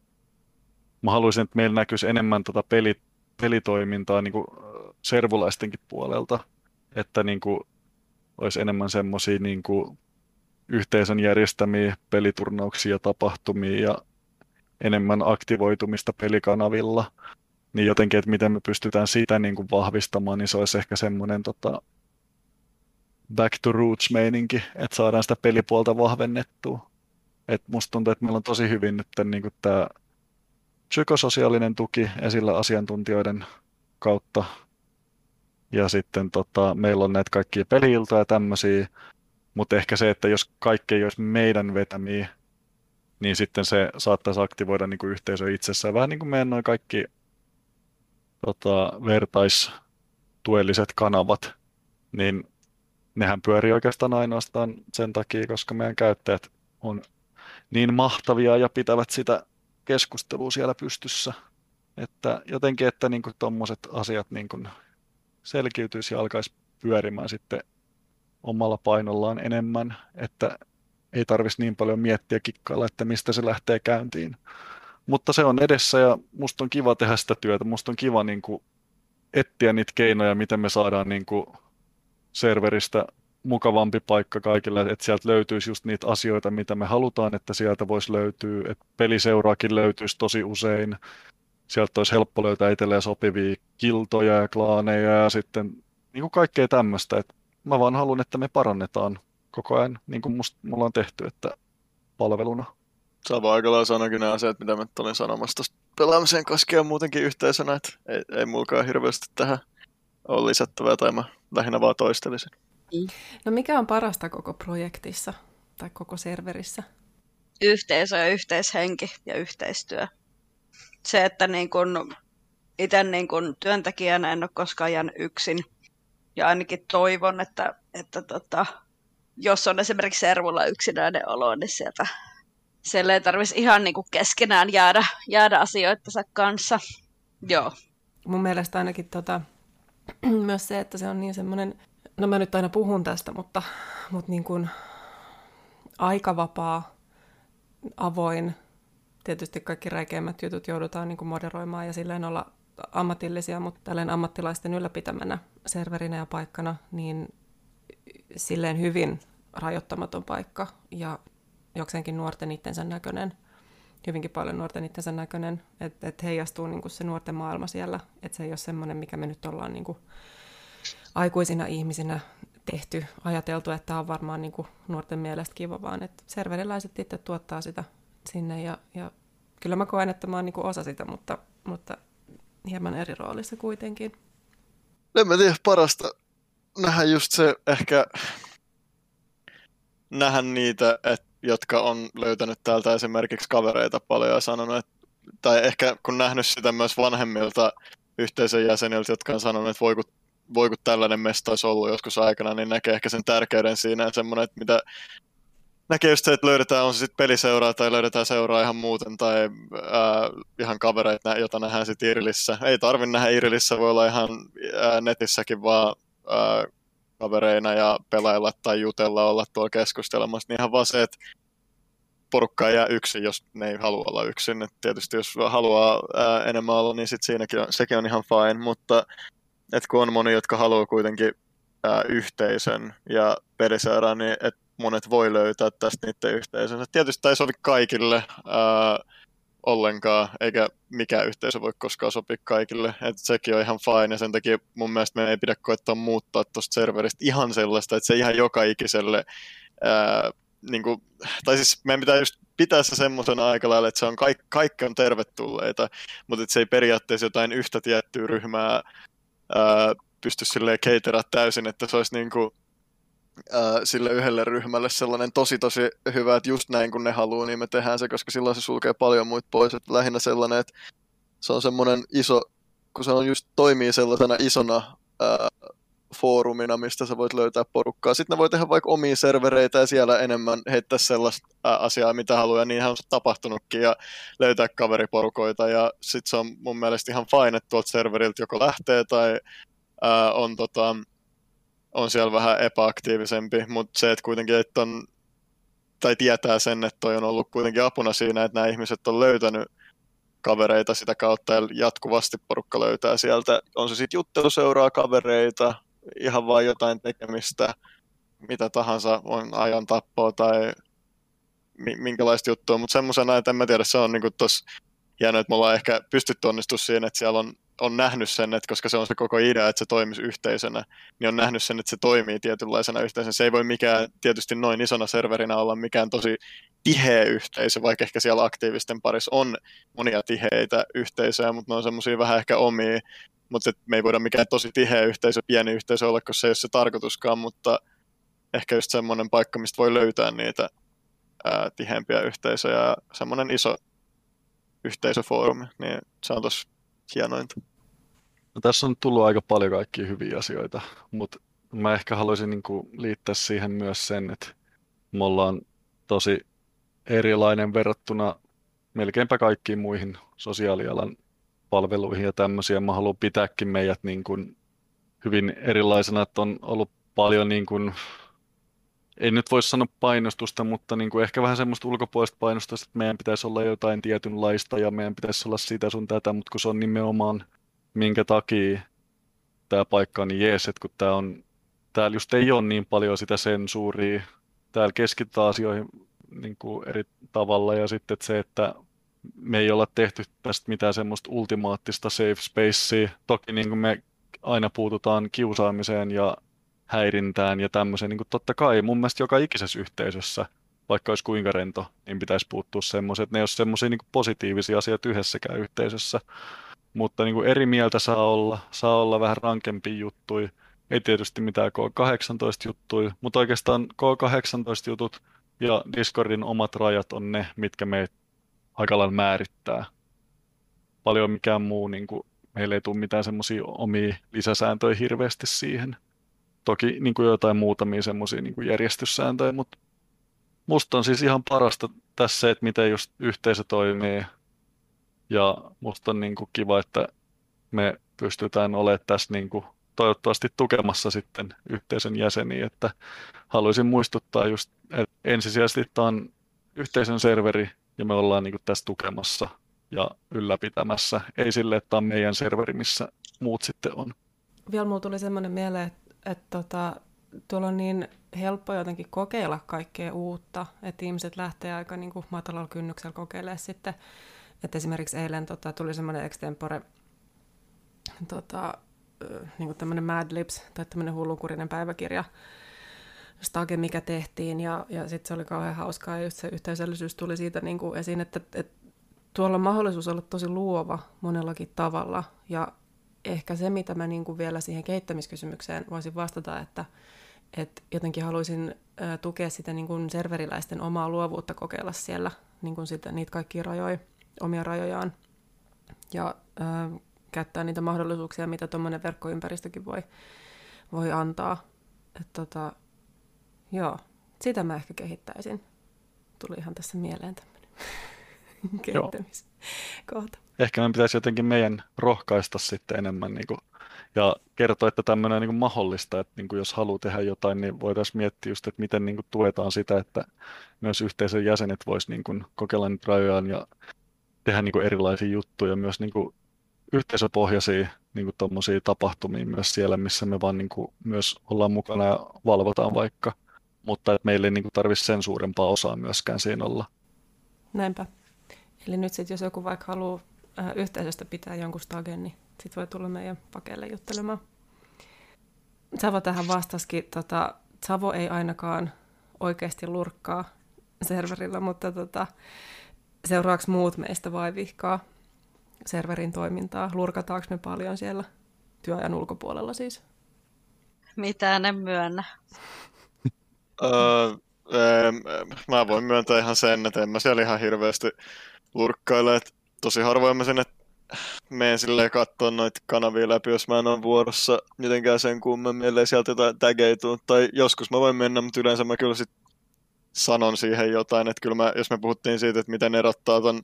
mä haluaisin, että meillä näkyisi enemmän tota peli, pelitoimintaa niin kuin servulaistenkin puolelta, että niin kuin olisi enemmän semmoisia niin kuin yhteisön järjestämiä peliturnauksia ja tapahtumia ja enemmän aktivoitumista pelikanavilla, niin jotenkin, että miten me pystytään sitä niin kuin vahvistamaan, niin se olisi ehkä semmoinen tota, back to roots-meininki, että saadaan sitä pelipuolta vahvennettua. Et musta tuntuu, että meillä on tosi hyvin nyt niin kuin tämä psykososiaalinen tuki esillä asiantuntijoiden kautta. Ja sitten tota, meillä on näitä kaikkia peli-iltoja ja tämmöisiä, mutta ehkä se, että jos kaikki ei olisi meidän vetämiä, niin sitten se saattaisi aktivoida niin kuin yhteisö itsessään. Vähän niin kuin meidän noin kaikki tota, vertaistuelliset kanavat, niin nehän pyörii oikeastaan ainoastaan sen takia, koska meidän käyttäjät on niin mahtavia ja pitävät sitä keskustelua siellä pystyssä. Että jotenkin, että niin tuommoiset asiat niin kuin selkiytyisi ja alkaisi pyörimään sitten omalla painollaan enemmän, että ei tarvitsisi niin paljon miettiä kikkailla, että mistä se lähtee käyntiin. Mutta se on edessä ja musta on kiva tehdä sitä työtä. Musta on kiva niin kuin etsiä niitä keinoja, miten me saadaan niin kuin serveristä mukavampi paikka kaikille, että sieltä löytyisi just niitä asioita, mitä me halutaan, että sieltä voisi löytyä, että peliseuraakin löytyisi tosi usein. Sieltä olisi helppo löytää itselleen sopivia kiltoja ja klaaneja ja sitten niin kuin kaikkea tämmöistä. Että mä vaan haluan, että me parannetaan koko ajan, niin kuin musta, mulla on tehty, että palveluna.
Savo aika lailla sanoikin ne asiat, mitä mä olin sanomassa tuosta pelaamiseen koskien muutenkin yhteisönä, että ei, ei mulkaan hirveästi tähän ole lisättävää, tai mä lähinnä vaan toistelisin.
No mikä on parasta koko projektissa tai koko serverissä?
Yhteisö ja yhteishenki ja yhteistyö. Se, että niin kun itse niin kun työntekijänä en ole koskaan jäänyt yksin. Ja ainakin toivon, että, että tota, jos on esimerkiksi servulla yksinäinen olo, niin sieltä siellä ei tarvitsisi ihan niin kuin keskenään jäädä, jäädä asioittensa kanssa. Joo.
Mun mielestä ainakin tota, myös se, että se on niin semmoinen, no mä nyt aina puhun tästä, mutta, mutta niin kuin aikavapaa, avoin, tietysti kaikki räikeimmät jutut joudutaan niin kuin moderoimaan ja silleen olla ammatillisia, mutta tälleen ammattilaisten ylläpitämänä serverinä ja paikkana, niin silleen hyvin rajoittamaton paikka ja jokseenkin nuorten itsensä näköinen, hyvinkin paljon nuorten itsensä näköinen, että et heijastuu niinku se nuorten maailma siellä, että se ei ole semmoinen, mikä me nyt ollaan niinku aikuisina ihmisinä tehty, ajateltu, että tämä on varmaan niinku nuorten mielestä kiva, vaan että serveriläiset itse tuottaa sitä sinne ja, ja kyllä mä koen, että mä oon niinku osa sitä, mutta, mutta hieman eri roolissa kuitenkin.
En mä tiedä, parasta nähdä just se ehkä nähdä niitä, et, jotka on löytänyt täältä esimerkiksi kavereita paljon ja sanonut, että, tai ehkä kun nähnyt sitä myös vanhemmilta yhteisön jäseniltä, jotka on sanonut, että voi kun, voi kun tällainen mesta olisi ollut joskus aikana, niin näkee ehkä sen tärkeyden siinä ja semmoinen, että mitä näkee just se, että löydetään, on se sitten peliseuraa tai löydetään seuraa ihan muuten tai ää, ihan kavereita, jota nähdään sitten Irlissä. Ei tarvitse nähdä Irlissä, voi olla ihan ää, netissäkin vaan ää, kavereina ja pelailla tai jutella, olla tuolla keskustelemassa, niin ihan vaan se, että porukka ei jää yksin, jos ne ei halua olla yksin. Et tietysti jos haluaa ää, enemmän olla, niin sit siinäkin on, sekin on ihan fine, mutta et kun on moni, jotka haluaa kuitenkin ää, yhteisön ja peliseuraa, niin et monet voi löytää tästä niiden yhteisönsä. Tietysti tämä ei sovi kaikille ää, ollenkaan, eikä mikään yhteisö voi koskaan sopia kaikille. Et sekin on ihan fine, ja sen takia mun mielestä meidän ei pidä koettaa muuttaa tuosta serveristä ihan sellaista, että se ihan joka ikiselle, ää, niin kuin, tai siis meidän pitää just pitää se semmoisen aikalailla, että se on kaikki, kaikki on tervetulleita, mutta että se ei periaatteessa jotain yhtä tiettyä ryhmää ää, pysty silleen cateraa täysin, että se olisi niin kuin Äh, sille yhdelle ryhmälle sellainen tosi tosi hyvä, että just näin kun ne haluaa, niin me tehdään se, koska silloin se sulkee paljon muita pois. Että lähinnä sellainen, että se on semmoinen iso, kun se on just toimii sellaisena isona ää, foorumina, mistä sä voit löytää porukkaa. Sitten ne voi tehdä vaikka omia servereitä ja siellä enemmän heittää sellaista ää, asiaa, mitä haluaa, ja niinhän on tapahtunutkin, ja löytää kaveriporukoita, ja sitten se on mun mielestä ihan fine, että tuolta serveriltä joko lähtee tai ää, on, tota, on siellä vähän epäaktiivisempi, mutta se, että kuitenkin että on, tai tietää sen, että toi on ollut kuitenkin apuna siinä, että nämä ihmiset on löytänyt kavereita sitä kautta ja jatkuvasti porukka löytää sieltä. On se sitten juttelu, seuraa kavereita, ihan vain jotain tekemistä, mitä tahansa, on ajan tappoa tai minkälaista juttua, mutta semmoisena, että en mä tiedä, se on niinku tossa hienoa, että me ollaan ehkä pystytty onnistumaan siinä, että siellä on, on nähnyt sen, että koska se on se koko idea, että se toimisi yhteisönä, niin on nähnyt sen, että se toimii tietynlaisena yhteisönä. Se ei voi mikään tietysti noin isona serverinä olla mikään tosi tiheä yhteisö, vaikka ehkä siellä aktiivisten parissa on monia tiheitä yhteisöjä, mutta ne on semmoisia vähän ehkä omia, mutta me ei voida mikään tosi tiheä yhteisö, pieni yhteisö olla, koska se ei ole se tarkoituskaan, mutta ehkä just semmoinen paikka, mistä voi löytää niitä ää, tiheämpiä yhteisöjä ja semmoinen iso yhteisöfoorumi, niin se on tosi hienointa.
No, tässä on tullut aika paljon kaikkia hyviä asioita, mutta mä ehkä haluaisin niinku liittää siihen myös sen, että me ollaan tosi erilainen verrattuna melkeinpä kaikkiin muihin sosiaalialan palveluihin ja tämmöisiä. Mä haluan pitääkin meidät niin kuin hyvin erilaisena, että on ollut paljon, niin kuin, ei nyt voi sanoa painostusta, mutta niin kuin ehkä vähän semmoista ulkopuolista painostusta, että meidän pitäisi olla jotain tietynlaista ja meidän pitäisi olla sitä sun tätä, mutta kun se on nimenomaan minkä takia tämä paikka on niin jees, että kun tää on, täällä just ei ole niin paljon sitä sensuuria, täällä keskitytään asioihin niin kuin eri tavalla ja sitten että se, että me ei olla tehty tästä mitään semmoista ultimaattista safe spacea. Toki niin kuin me aina puututaan kiusaamiseen ja häirintään ja tämmöiseen. Niin kuin totta kai mun mielestä joka ikisessä yhteisössä, vaikka olisi kuinka rento, niin pitäisi puuttua semmoiset, että ne ei ole semmoisia niin kuin positiivisia asioita yhdessäkään yhteisössä. Mutta niin kuin eri mieltä saa olla, saa olla vähän rankempia juttuja. Ei tietysti mitään K kahdeksantoista juttuja, mutta oikeastaan K kahdeksantoista jutut ja Discordin omat rajat on ne, mitkä meitä aika lailla määrittää. Paljon mikään muu, niin kuin, meillä ei tule mitään semmoisia omia lisäsääntöjä hirveästi siihen. Toki niin kuin jotain muutamia semmoisia niin kuin järjestyssääntöjä, mutta musta on siis ihan parasta tässä se, että miten just yhteisö toimii. Ja musta on niin kuin kiva, että me pystytään olemaan tässä niin kuin toivottavasti tukemassa sitten yhteisön jäseniä. Että haluaisin muistuttaa just, että ensisijaisesti tämä on yhteisön serveri, ja me ollaan niin kuin tässä tukemassa ja ylläpitämässä. Ei sille, että tämä on meidän serveri, missä muut sitten on.
Vielä mulla tuli semmoinen mieleen, että, että tota, tuolla on niin helppo jotenkin kokeilla kaikkea uutta, että ihmiset lähtee aika niin kuin matalalla kynnyksellä kokeilemaan sitten. Että esimerkiksi eilen tota, tuli semmoinen extempore, tota, niin kuin tämmöinen Mad Libs, tai tämmöinen hullukurinen päiväkirja, Stage, mikä tehtiin, ja, ja sitten se oli kauhean hauskaa, ja just se yhteisöllisyys tuli siitä niin kuin esiin, että, että tuolla on mahdollisuus olla tosi luova monellakin tavalla, ja ehkä se, mitä mä niin kuin vielä siihen kehittämiskysymykseen voisin vastata, että, että jotenkin haluaisin ä, tukea sitä niin kuin serveriläisten omaa luovuutta kokeilla siellä, niin kuin sitä, niitä kaikkia rajoja, omia rajojaan, ja ä, käyttää niitä mahdollisuuksia, mitä tuommoinen verkkoympäristökin voi, voi antaa. Että tota, joo, sitä mä ehkä kehittäisin. Tuli ihan tässä mieleen tämmöinen kehittämiskohta.
Ehkä meidän pitäisi jotenkin meidän rohkaista sitten enemmän niin kuin, ja kertoa, että tämmöinen niin kuin mahdollista, että niin kuin jos haluaa tehdä jotain, niin voitaisiin miettiä just, että miten niin kuin tuetaan sitä, että myös yhteisön jäsenet vois niin kuin kokeilla niitä rajojaan ja tehdä niin kuin erilaisia juttuja, myös niin kuin yhteisöpohjaisia niin kuin tommosia tapahtumia myös siellä, missä me vaan niin kuin myös ollaan mukana ja valvotaan vaikka. Mutta että meillä ei niin tarvitse sen suurempaa osaa myöskään siinä olla.
Näinpä. Eli nyt sitten, jos joku vaikka haluaa äh, yhteisöstä pitää jonkun stagen, niin sitten voi tulla meidän pakeille juttelemaan. Savo tähän vastasikin, tota, Savo ei ainakaan oikeasti lurkkaa serverillä, mutta tota, seuraavaksi muut meistä vaivihkaa serverin toimintaa. Lurkataanko me paljon siellä työajan ulkopuolella siis?
Mitään en myönnä.
Öö, ee, mä voin myöntää ihan sen, että en mä siellä ihan hirveästi lurkkaile. Et tosi harvoin mä sinne menen silleen katsoa noita kanavia läpi, jos mä en ole vuorossa mitenkään sen kummemmin, ellei sieltä jotain tägejä tuu. Tai joskus mä voin mennä, mutta yleensä mä kyllä sit sanon siihen jotain, että kyllä mä, jos me puhuttiin siitä, että miten erottaa ton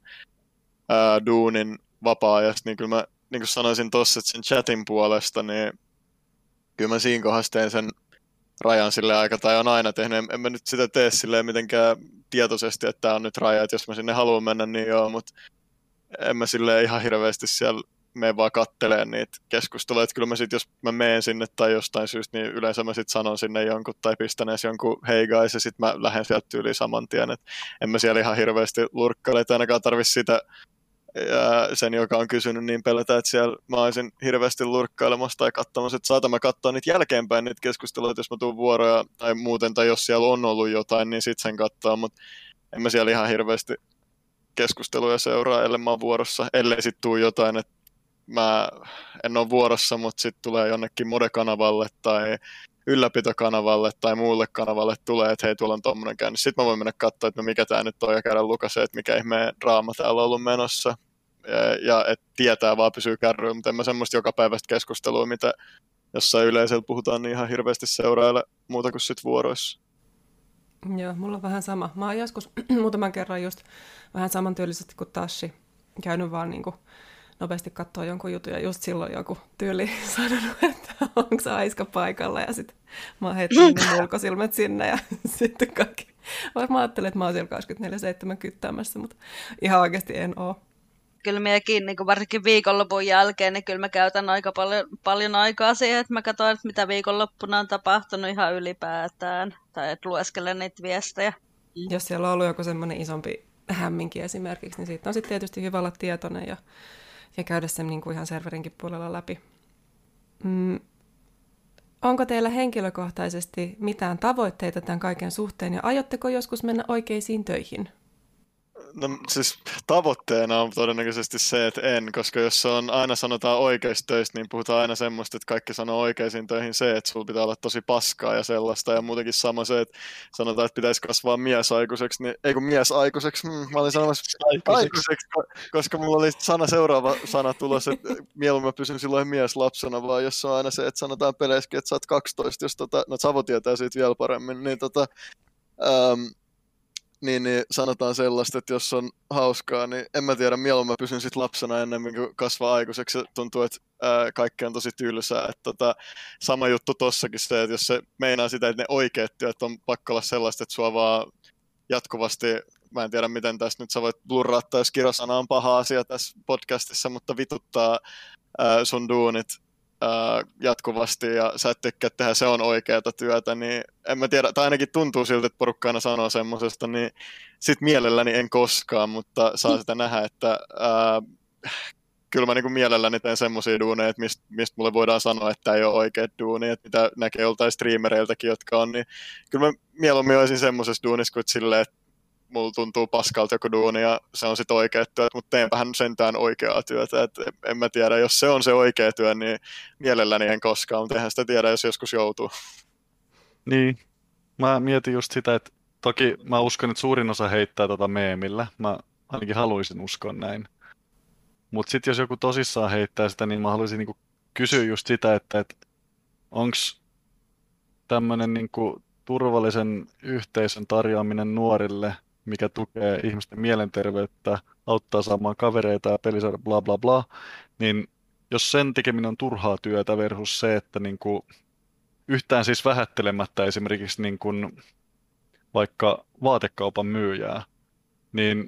ää, duunin vapaa-ajasta, niin kyllä mä niin kuin sanoisin tossa, että sen chatin puolesta, niin kyllä mä siinä kohdassa teen sen rajan sille aika, tai on aina tehnyt. En, en mä nyt sitä tee silleen mitenkään tietoisesti, että tää on nyt raja, että jos mä sinne haluan mennä, niin joo, mutta en mä silleen ihan hirveästi siellä mene vaan katteleen niitä keskusteluja. Että kyllä mä sit, jos mä menen sinne tai jostain syystä, niin yleensä mä sit sanon sinne jonkun tai pistän edes jonkun hei guys, ja sit mä lähden sieltä tyyliin saman tien. Et en mä siellä ihan hirveästi lurkkaile, että ainakaan tarvi sitä ja sen, joka on kysynyt, niin pelätä, että siellä mä olisin hirveästi lurkkailemassa tai katsomassa, että saatan mä katsoa niitä jälkeenpäin niitä keskusteluja, jos mä tuun vuoroja tai muuten, tai jos siellä on ollut jotain, niin sit sen katsoa, mutta en mä siellä ihan hirveästi keskusteluja seuraa, ellei mä oon vuorossa, ellei sit tuu jotain, että mä en ole vuorossa, mutta sit tulee jonnekin Mode-kanavalle tai ylläpitokanavalle tai muulle kanavalle tulee, että hei, tuolla on tommonen käynnissä. Sitten mä voin mennä katsoa, että no mikä tää nyt on ja käydä lukaseen, että mikä ihmeen draama täällä on ollut menossa. Ja, ja että tietää vaan pysyy kärryyn, mutta en mä semmoista joka päivästä keskustelua, mitä jossain yleisöllä puhutaan, niin ihan hirveästi seurailla muuta kuin sit vuoroissa.
Joo, mulla on vähän sama. Mä oon joskus muutaman kerran just vähän samantyylisesti kuin Tashi käynyt vaan niin kuin nopeasti katsoa jonkun jutun ja just silloin joku tyyli sanonut, että onko se Aiska paikalla ja sitten mä oon heittänyt ne mulkosilmät sinne ja sitten kaikki. Mä ajattelin, että mä oon siellä kaksikymmentäneljä seitsemän kyttäämässä, mutta ihan oikeasti en oo.
Kyllä minäkin, niin varsinkin viikonlopun jälkeen, niin kyllä mä käytän aika paljon, paljon aikaa siihen, että mä katson, että mitä viikonloppuna on tapahtunut ihan ylipäätään. Tai että lueskelen niitä viestejä.
Jos siellä on ollut joku semmoinen isompi hämminki esimerkiksi, niin siitä on sitten tietysti hyvä olla tietoinen ja, ja käydä sen niin kuin ihan serverinkin puolella läpi. Mm. Onko teillä henkilökohtaisesti mitään tavoitteita tämän kaiken suhteen ja aiotteko joskus mennä oikeisiin töihin?
No siis tavoitteena on todennäköisesti se, että en, koska jos se on aina sanotaan oikeista töistä, niin puhutaan aina semmoista, että kaikki sanoo oikeisiin töihin se, että sulla pitää olla tosi paskaa ja sellaista. Ja muutenkin sama se, että sanotaan, että pitäisi kasvaa miesaikuiseksi, niin ei kun miesaikuiseksi, hmm, mä olin sanomassa aikuiseksi, koska mulla oli sana seuraava sana tulossa, että mieluummin mä pysyn silloin mieslapsena, vaan jos on aina se, että sanotaan peleissäkin, että sä oot kaksitoista, jos tota, no Savo tietää siitä vielä paremmin, niin tota... Um, Niin, niin sanotaan sellaista, että jos on hauskaa, niin en mä tiedä, mieluummin mä pysyn sit lapsena ennemmin kuin kasvaa aikuiseksi. Tuntuu, että ää, kaikki on tosi tylsää. Et, tota, sama juttu tossakin se, että jos se meinaa sitä, että ne oikeat työt on pakko olla sellaista, että sua vaan jatkuvasti, mä en tiedä miten tästä nyt sä voit blurraattaa, jos kirosana on paha asia tässä podcastissa, mutta vituttaa ää, sun duunit jatkuvasti ja sä et tykkää tehdä, se on oikeata työtä, niin en mä tiedä, tai ainakin tuntuu siltä, että porukka aina sanoo semmosesta, niin sit mielelläni en koskaan, mutta saa sitä nähdä, että ää, kyllä mä niinku mielelläni teen semmosia duuneja, että mistä mist mulle voidaan sanoa, että ei ole oikeat duuni, että mitä näkee joltain streamereiltäkin, jotka on, niin kyllä mä mieluummin olisin semmosessa duunissa kuin silleen, että mulla tuntuu paskalta joku duuni ja se on sitten oikea työ, mutta teenpähän sentään oikeaa työtä. Et en mä tiedä, jos se on se oikea työ, niin mielelläni en koskaan, mutta eihän sitä tiedä, jos joskus joutuu.
Niin, mä mietin just sitä, että toki mä uskon, että suurin osa heittää tota meemillä. Mä ainakin haluaisin uskoa näin. Mutta sitten jos joku tosissaan heittää sitä, niin mä haluaisin niinku kysyä just sitä, että et onko tämmöinen niinku turvallisen yhteisön tarjoaminen nuorille, mikä tukee ihmisten mielenterveyttä, auttaa saamaan kavereita ja pelisaada bla bla bla, niin jos sen tekeminen on turhaa työtä versus se, että niin kuin yhtään siis vähättelemättä esimerkiksi niin kuin vaikka vaatekaupan myyjää, niin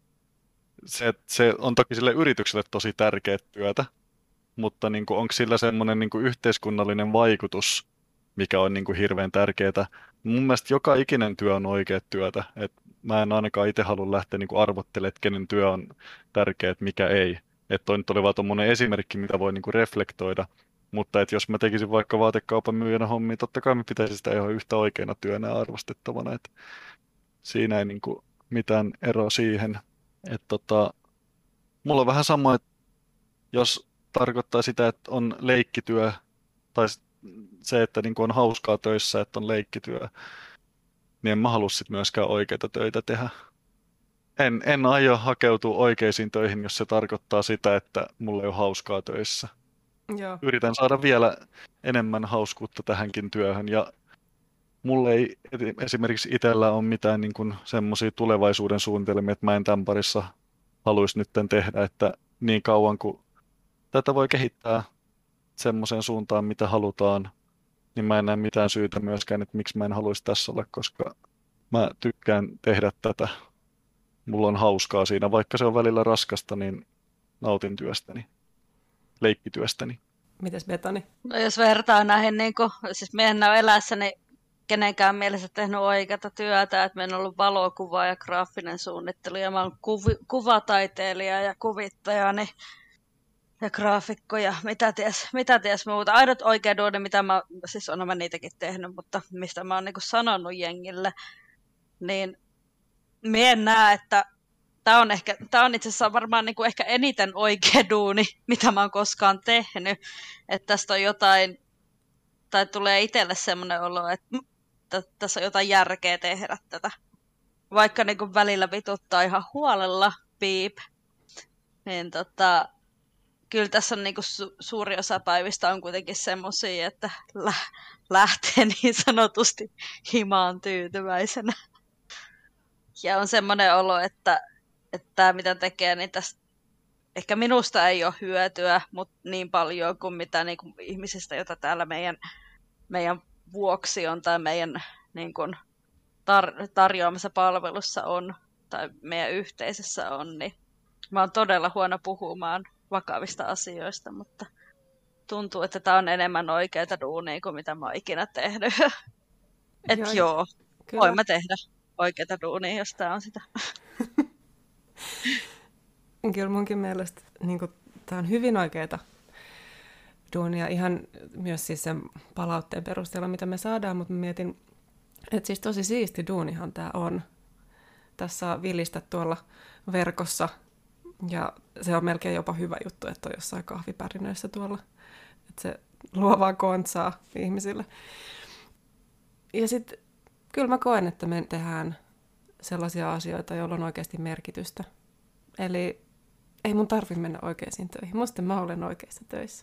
se, se on toki sille yritykselle tosi tärkeä työtä, mutta niin kuin onko sillä semmoinen niin kuin yhteiskunnallinen vaikutus, mikä on niin kuin hirveän tärkeää. Mun mielestä joka ikinen työ on oikea työtä. Et mä en ainakaan itse halua lähteä niin kuin arvottelemaan, että kenen työ on tärkeä, että mikä ei. Että toi nyt oli vaan tommonen esimerkki, mitä voi niin kuin reflektoida. Mutta et jos mä tekisin vaikka vaatekaupan myyjänä hommia, totta kai mä pitäisin sitä ihan yhtä oikeana työnä ja arvostettavana. Et siinä ei niin kuin mitään eroa siihen. Et tota, mulla on vähän sama, että jos tarkoittaa sitä, että on leikkityö tai se, että niin kuin on hauskaa töissä, että on leikkityö, niin en mä halua sit myöskään oikeita töitä tehdä. en, en aio hakeutua oikeisiin töihin, jos se tarkoittaa sitä, että mulla ei ole hauskaa töissä.
Joo.
Yritän saada vielä enemmän hauskuutta tähänkin työhön ja mulla ei esimerkiksi itsellä ole mitään niin kuin semmoisia tulevaisuuden suunnitelmia, että mä en tämän parissa haluaisi nytten tehdä, että niin kauan kuin tätä voi kehittää semmoiseen suuntaan, mitä halutaan, niin mä en näe mitään syytä myöskään, että miksi mä en haluaisi tässä olla, koska mä tykkään tehdä tätä. Mulla on hauskaa siinä, vaikka se on välillä raskasta, niin nautin työstäni, leikkityöstäni.
Mites Betani?
No jos vertaa näihin, niin kuin, siis me en ole elässäni kenenkään mielessä tehnyt oikeata työtä, että meillä on ollut valokuva ja graafinen suunnittelu, ja mä oon kuvi, kuvataiteilija ja kuvittaja niin, ja graafikko ja mitä ties, mitä ties muuta. Ainut oikea duuni, mitä mä, siis on mä niitäkin tehnyt, mutta mistä mä oon niin kuin sanonut jengille, niin mä en näe, että Tämä on, ehkä, tämä on itse asiassa varmaan niin kuin ehkä eniten oikea duuni, mitä mä oon koskaan tehnyt. Että tästä on jotain, tai tulee itselle semmoinen olo, että tässä on jotain järkeä tehdä tätä. Vaikka niin kuin välillä vituttaa ihan huolella, piip. Niin tota, kyllä tässä on niin kuin su- suuri osa päivistä on kuitenkin semmoisia, että lä- lähtee niin sanotusti himaan tyytyväisenä. Ja on semmoinen olo, että että tämä mitä tekee, niin tästä ehkä minusta ei ole hyötyä, mutta niin paljon kuin mitä niin kuin ihmisistä, joita täällä meidän, meidän vuoksi on tai meidän niin kuin tar- tarjoamassa palvelussa on tai meidän yhteisössä on, niin mä oon todella huono puhumaan vakavista asioista, mutta tuntuu, että tämä on enemmän oikeita duunia kuin mitä mä oon ikinä tehnyt. Että joo, joo voin mä tehdä oikeita duunia, jos tämä on sitä.
Kyllä munkin mielestä niin tämä on hyvin oikeaa duunia, ihan myös siis sen palautteen perusteella, mitä me saadaan, mutta mä mietin, että siis tosi siisti duunihan tämä on. Tässä saa vilistä tuolla verkossa, ja se on melkein jopa hyvä juttu, että on jossain kahvipärinöissä tuolla, että se luo vaan kontsaa ihmisille. Ja sitten kyllä mä koen, että me tehdään sellaisia asioita, joilla on oikeasti merkitystä. Eli ei mun tarvi mennä oikeisiin töihin. Musta mä olen oikeissa töissä.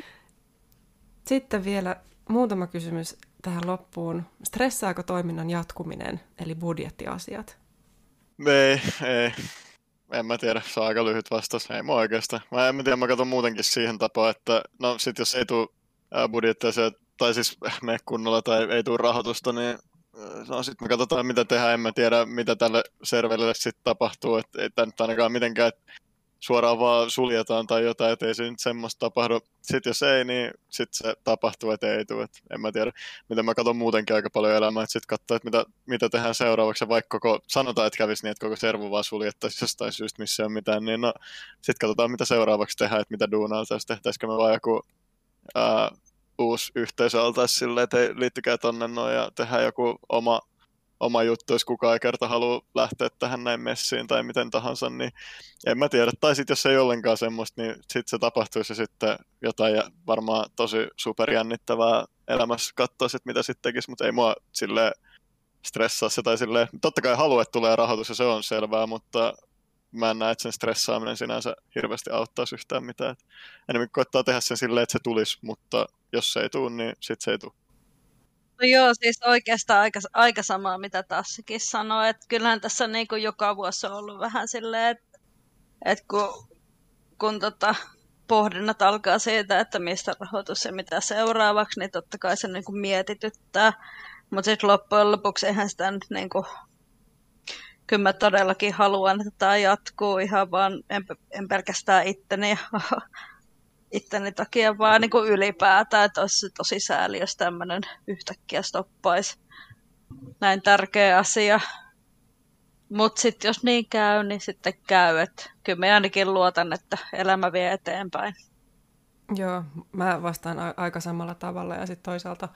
Sitten vielä muutama kysymys tähän loppuun. Stressaako toiminnan jatkuminen, eli budjettiasiat?
Ei, ei. En mä tiedä, se on aika lyhyt vastaus. Ei mua oikeastaan. Mä en tiedä, mä katson muutenkin siihen tapaan, että no sit jos ei tule budjettiasiat, tai siis mene kunnolla tai ei tule rahoitusta, niin no sitten me katsotaan, mitä tehdään. En mä tiedä, mitä tälle serverille sitten tapahtuu. Että ei tämä nyt ainakaan mitenkään suoraan vaan suljetaan tai jotain, että ei se nyt semmoista tapahdu. Sitten jos ei, niin sitten se tapahtuu, että ei tule. Et en mä tiedä, miten mä katson muutenkin aika paljon elämää, että sitten katsotaan, että mitä, mitä tehdään seuraavaksi. Ja vaikka koko, sanotaan, että kävisi niin, että koko servu vaan suljettaisiin jostain syystä, missä ei ole mitään, niin no sitten katsotaan, mitä seuraavaksi tehdään, että mitä duunaa tässä tehtäisikö me vaan joku ää, uusi yhteisö oltaisiin silleen, että ei liittykää tonne noin ja tehdään joku oma, oma juttu, jos kukaan ei kerta halua lähteä tähän näin messiin tai miten tahansa, niin en mä tiedä. Tai sitten jos ei ollenkaan semmoista, niin sitten se tapahtuisi sitten jotain ja varmaan tosi superjännittävää elämässä katsoa sit, mitä sitten tekisi, mutta ei mua silleen stressaa se tai silleen, totta kai haluaa, että tulee rahoitus ja se on selvää, mutta mä en näe, että sen stressaaminen sinänsä hirveästi auttaisi yhtään mitään. Et enemmän koittaa tehdä sen silleen, että se tulisi, mutta jos se ei tule, niin sitten se ei tule.
No joo, siis oikeastaan aika, aika samaa, mitä Tassikin sanoi. Että kyllähän tässä niin kuin joka vuosi on ollut vähän silleen, että, että kun, kun tota, pohdinnat alkaa siitä, että mistä rahoitus ja mitä seuraavaksi, niin totta kai se niin kuin mietityttää. Mutta sitten loppujen lopuksi eihän sitä nyt niin kuin, kyllä mä todellakin haluan, että tämä jatkuu ihan vaan, en, en pelkästään itteni, itteni takia, vaan niin kuin ylipäätään, että olisi tosi sääli, jos tämmöinen yhtäkkiä stoppaisi. Näin tärkeä asia. Mutta sitten jos niin käy, niin sitten käy. Et kyllä mä ainakin luotan, että elämä vie eteenpäin.
Joo, mä vastaan a- aika samalla tavalla ja sitten toisaalta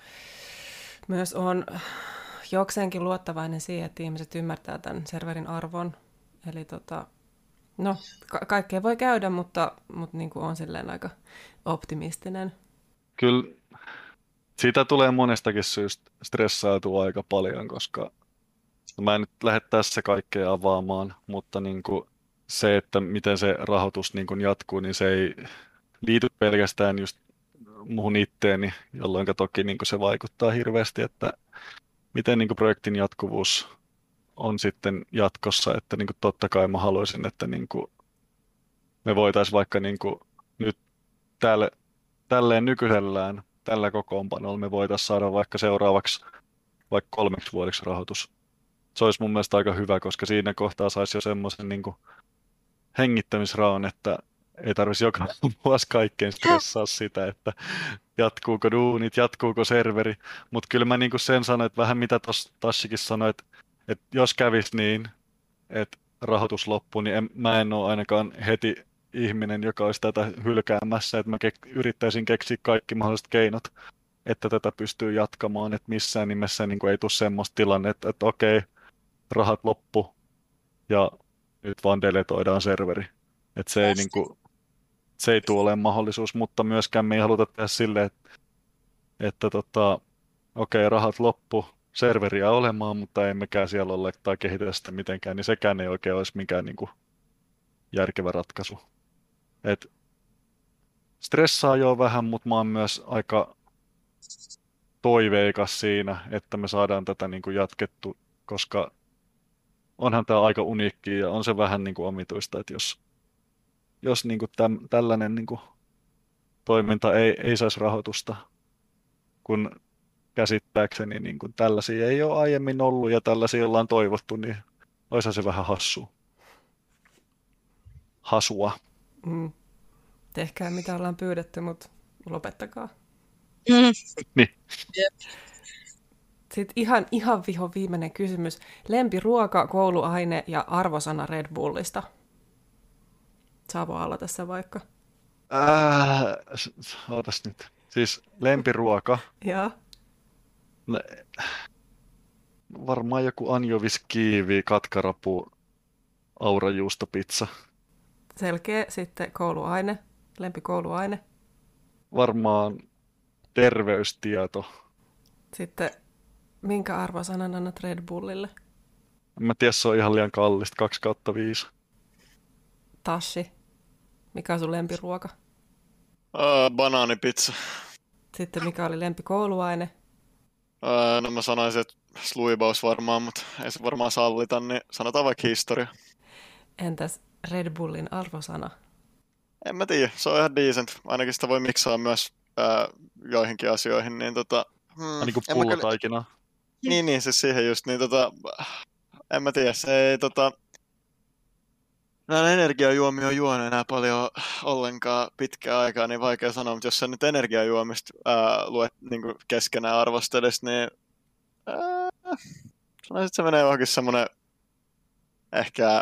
myös on jokseenkin luottavainen siihen, että ihmiset ymmärtää tämän serverin arvon. Eli tota, no, ka- kaikkea voi käydä, mutta, mutta niin kuin on silleen aika optimistinen.
Kyllä sitä tulee monestakin syystä stressaantua aika paljon, koska No mä en nyt lähde tässä kaikkea avaamaan, mutta niin kuin se, että miten se rahoitus niin kuin jatkuu, niin se ei liity pelkästään just muhun itteeni, jolloin toki niin kuin se vaikuttaa hirveästi, että miten niin kuin projektin jatkuvuus on sitten jatkossa, että niin kuin totta kai mä haluaisin, että niin kuin me voitaisiin vaikka niin kuin nyt täällä, tälleen nykyisellään, tällä kokoonpanolla me voitaisiin saada vaikka seuraavaksi vaikka kolmeksi vuodeksi rahoitus. Se olisi mun mielestä aika hyvä, koska siinä kohtaa saisi jo semmoisen niin kuin hengittämisraon, että ei tarvitsisi joka vuosi kaikkein stressaa sitä, että jatkuuko duunit, jatkuuko serveri. Mutta kyllä mä niinku sen sanoin, että vähän mitä tuossa Tassikin sanoi, että, että jos kävisi niin, että rahoitus loppuu, niin en, mä en ole ainakaan heti ihminen, joka olisi tätä hylkäämässä, että mä kek- yrittäisin keksiä kaikki mahdolliset keinot, että tätä pystyy jatkamaan, että missään nimessä niin kuin ei tule semmoista tilannetta, että okei, rahat loppu ja nyt vaan deletoidaan serveri. Että se ei, niin kuin, se ei tule olemaan mahdollisuus, mutta myöskään me ei haluta tehdä silleen, että, että tota, okei, rahat loppu, serveriä olemaan, mutta emmekään siellä ole tai kehitetä sitä mitenkään, niin sekään ei oikein olisi mikään niin kuin järkevä ratkaisu. Et stressaa jo vähän, mutta mä oon myös aika toiveikas siinä, että me saadaan tätä niin kuin jatkettu, koska onhan tämä aika uniikki ja on se vähän niin kuin omituista, että jos, jos niin kuin täm, tällainen niin kuin toiminta ei, ei saisi rahoitusta, kun käsittääkseni niin kuin tällaisia ei ole aiemmin ollut ja tällaisia ollaan toivottu, niin olisihan se vähän hassua. Hasua.
Mm. Tehkää mitä ollaan pyydetty, mutta lopettakaa.
Mm.
Niin.
Yep.
Sitten ihan, ihan viho viimeinen kysymys. Lempiruoka, kouluaine ja arvosana Red Bullista. Saavo alla tässä vaikka.
Äh, ootas nyt. Siis lempiruoka.
Joo.
Le- Varmaan joku anjoviskiivi, katkarapu, aurajuustopizza.
Selkeä. Sitten kouluaine. Lempikouluaine.
Varmaan terveystieto.
Sitten minkä arvosanan annat Red Bullille?
En mä tiedä, se on ihan liian kallista. kaksi kautta viisi.
Tashi. Mikä on sun lempiruoka?
Uh, banaanipizza.
Sitten mikä oli lempikouluaine?
Uh, no mä sanoisin, että sluibaus varmaan, mutta ei se varmaan sallita, niin sanotaan vaikka historia.
Entäs Red Bullin arvosana?
En mä tiedä, se on ihan decent. Ainakin sitä voi miksaa myös uh, joihinkin asioihin, niin tota... Hmm,
Niin kuin
en mä kyllä-
pullotaikinaa.
Niin, niin, siis siihen just, niin tota... En mä tiedä, se ei tota... Näin energiajuomia on juonut enää paljon ollenkaan pitkään aikaa, niin vaikea sanoa, mutta jos sä nyt energiajuomista ää, luet niin kuin keskenään arvostelis, niin ää, sanoisin, että se menee johonkin semmoinen ehkä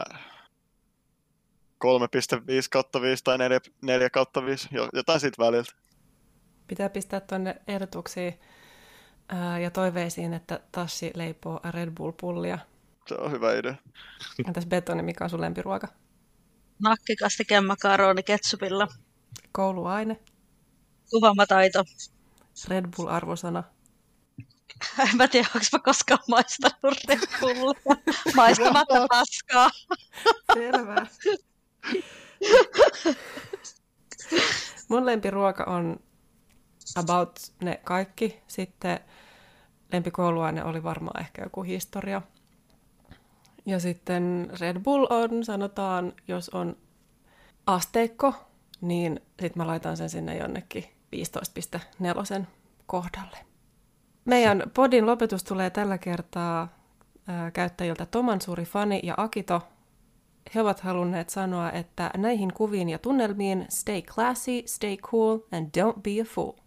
kolme pilkku viisi kautta viisi tai neljä kautta viisi, jotain siitä väliltä.
Pitää pistää tuonne ehdotuksiin ää, ja toiveisiin, että Tashi leipoo Red Bull-pullia.
Se on hyvä idea.
Entäs Betoni, mikä on sun lempiruoka?
Nakkikastike makaroni ketsupilla.
Kouluaine.
Kuvaamataito.
Red Bull-arvosana.
En mä tiedä, onko mä koskaan maistanut Red Bullia. Maistamatta paskaa.
Selvä. Mun lempiruoka on about ne kaikki. Sitten lempikouluaine oli varmaan ehkä joku historia. Ja sitten Red Bull on, sanotaan, jos on asteikko, niin sitten mä laitan sen sinne jonnekin viisitoista pilkku neljä kohdalle. Meidän podin lopetus tulee tällä kertaa ää, käyttäjiltä Toman suuri fani ja Akito. He ovat halunneet sanoa, että näihin kuviin ja tunnelmiin stay classy, stay cool and don't be a fool.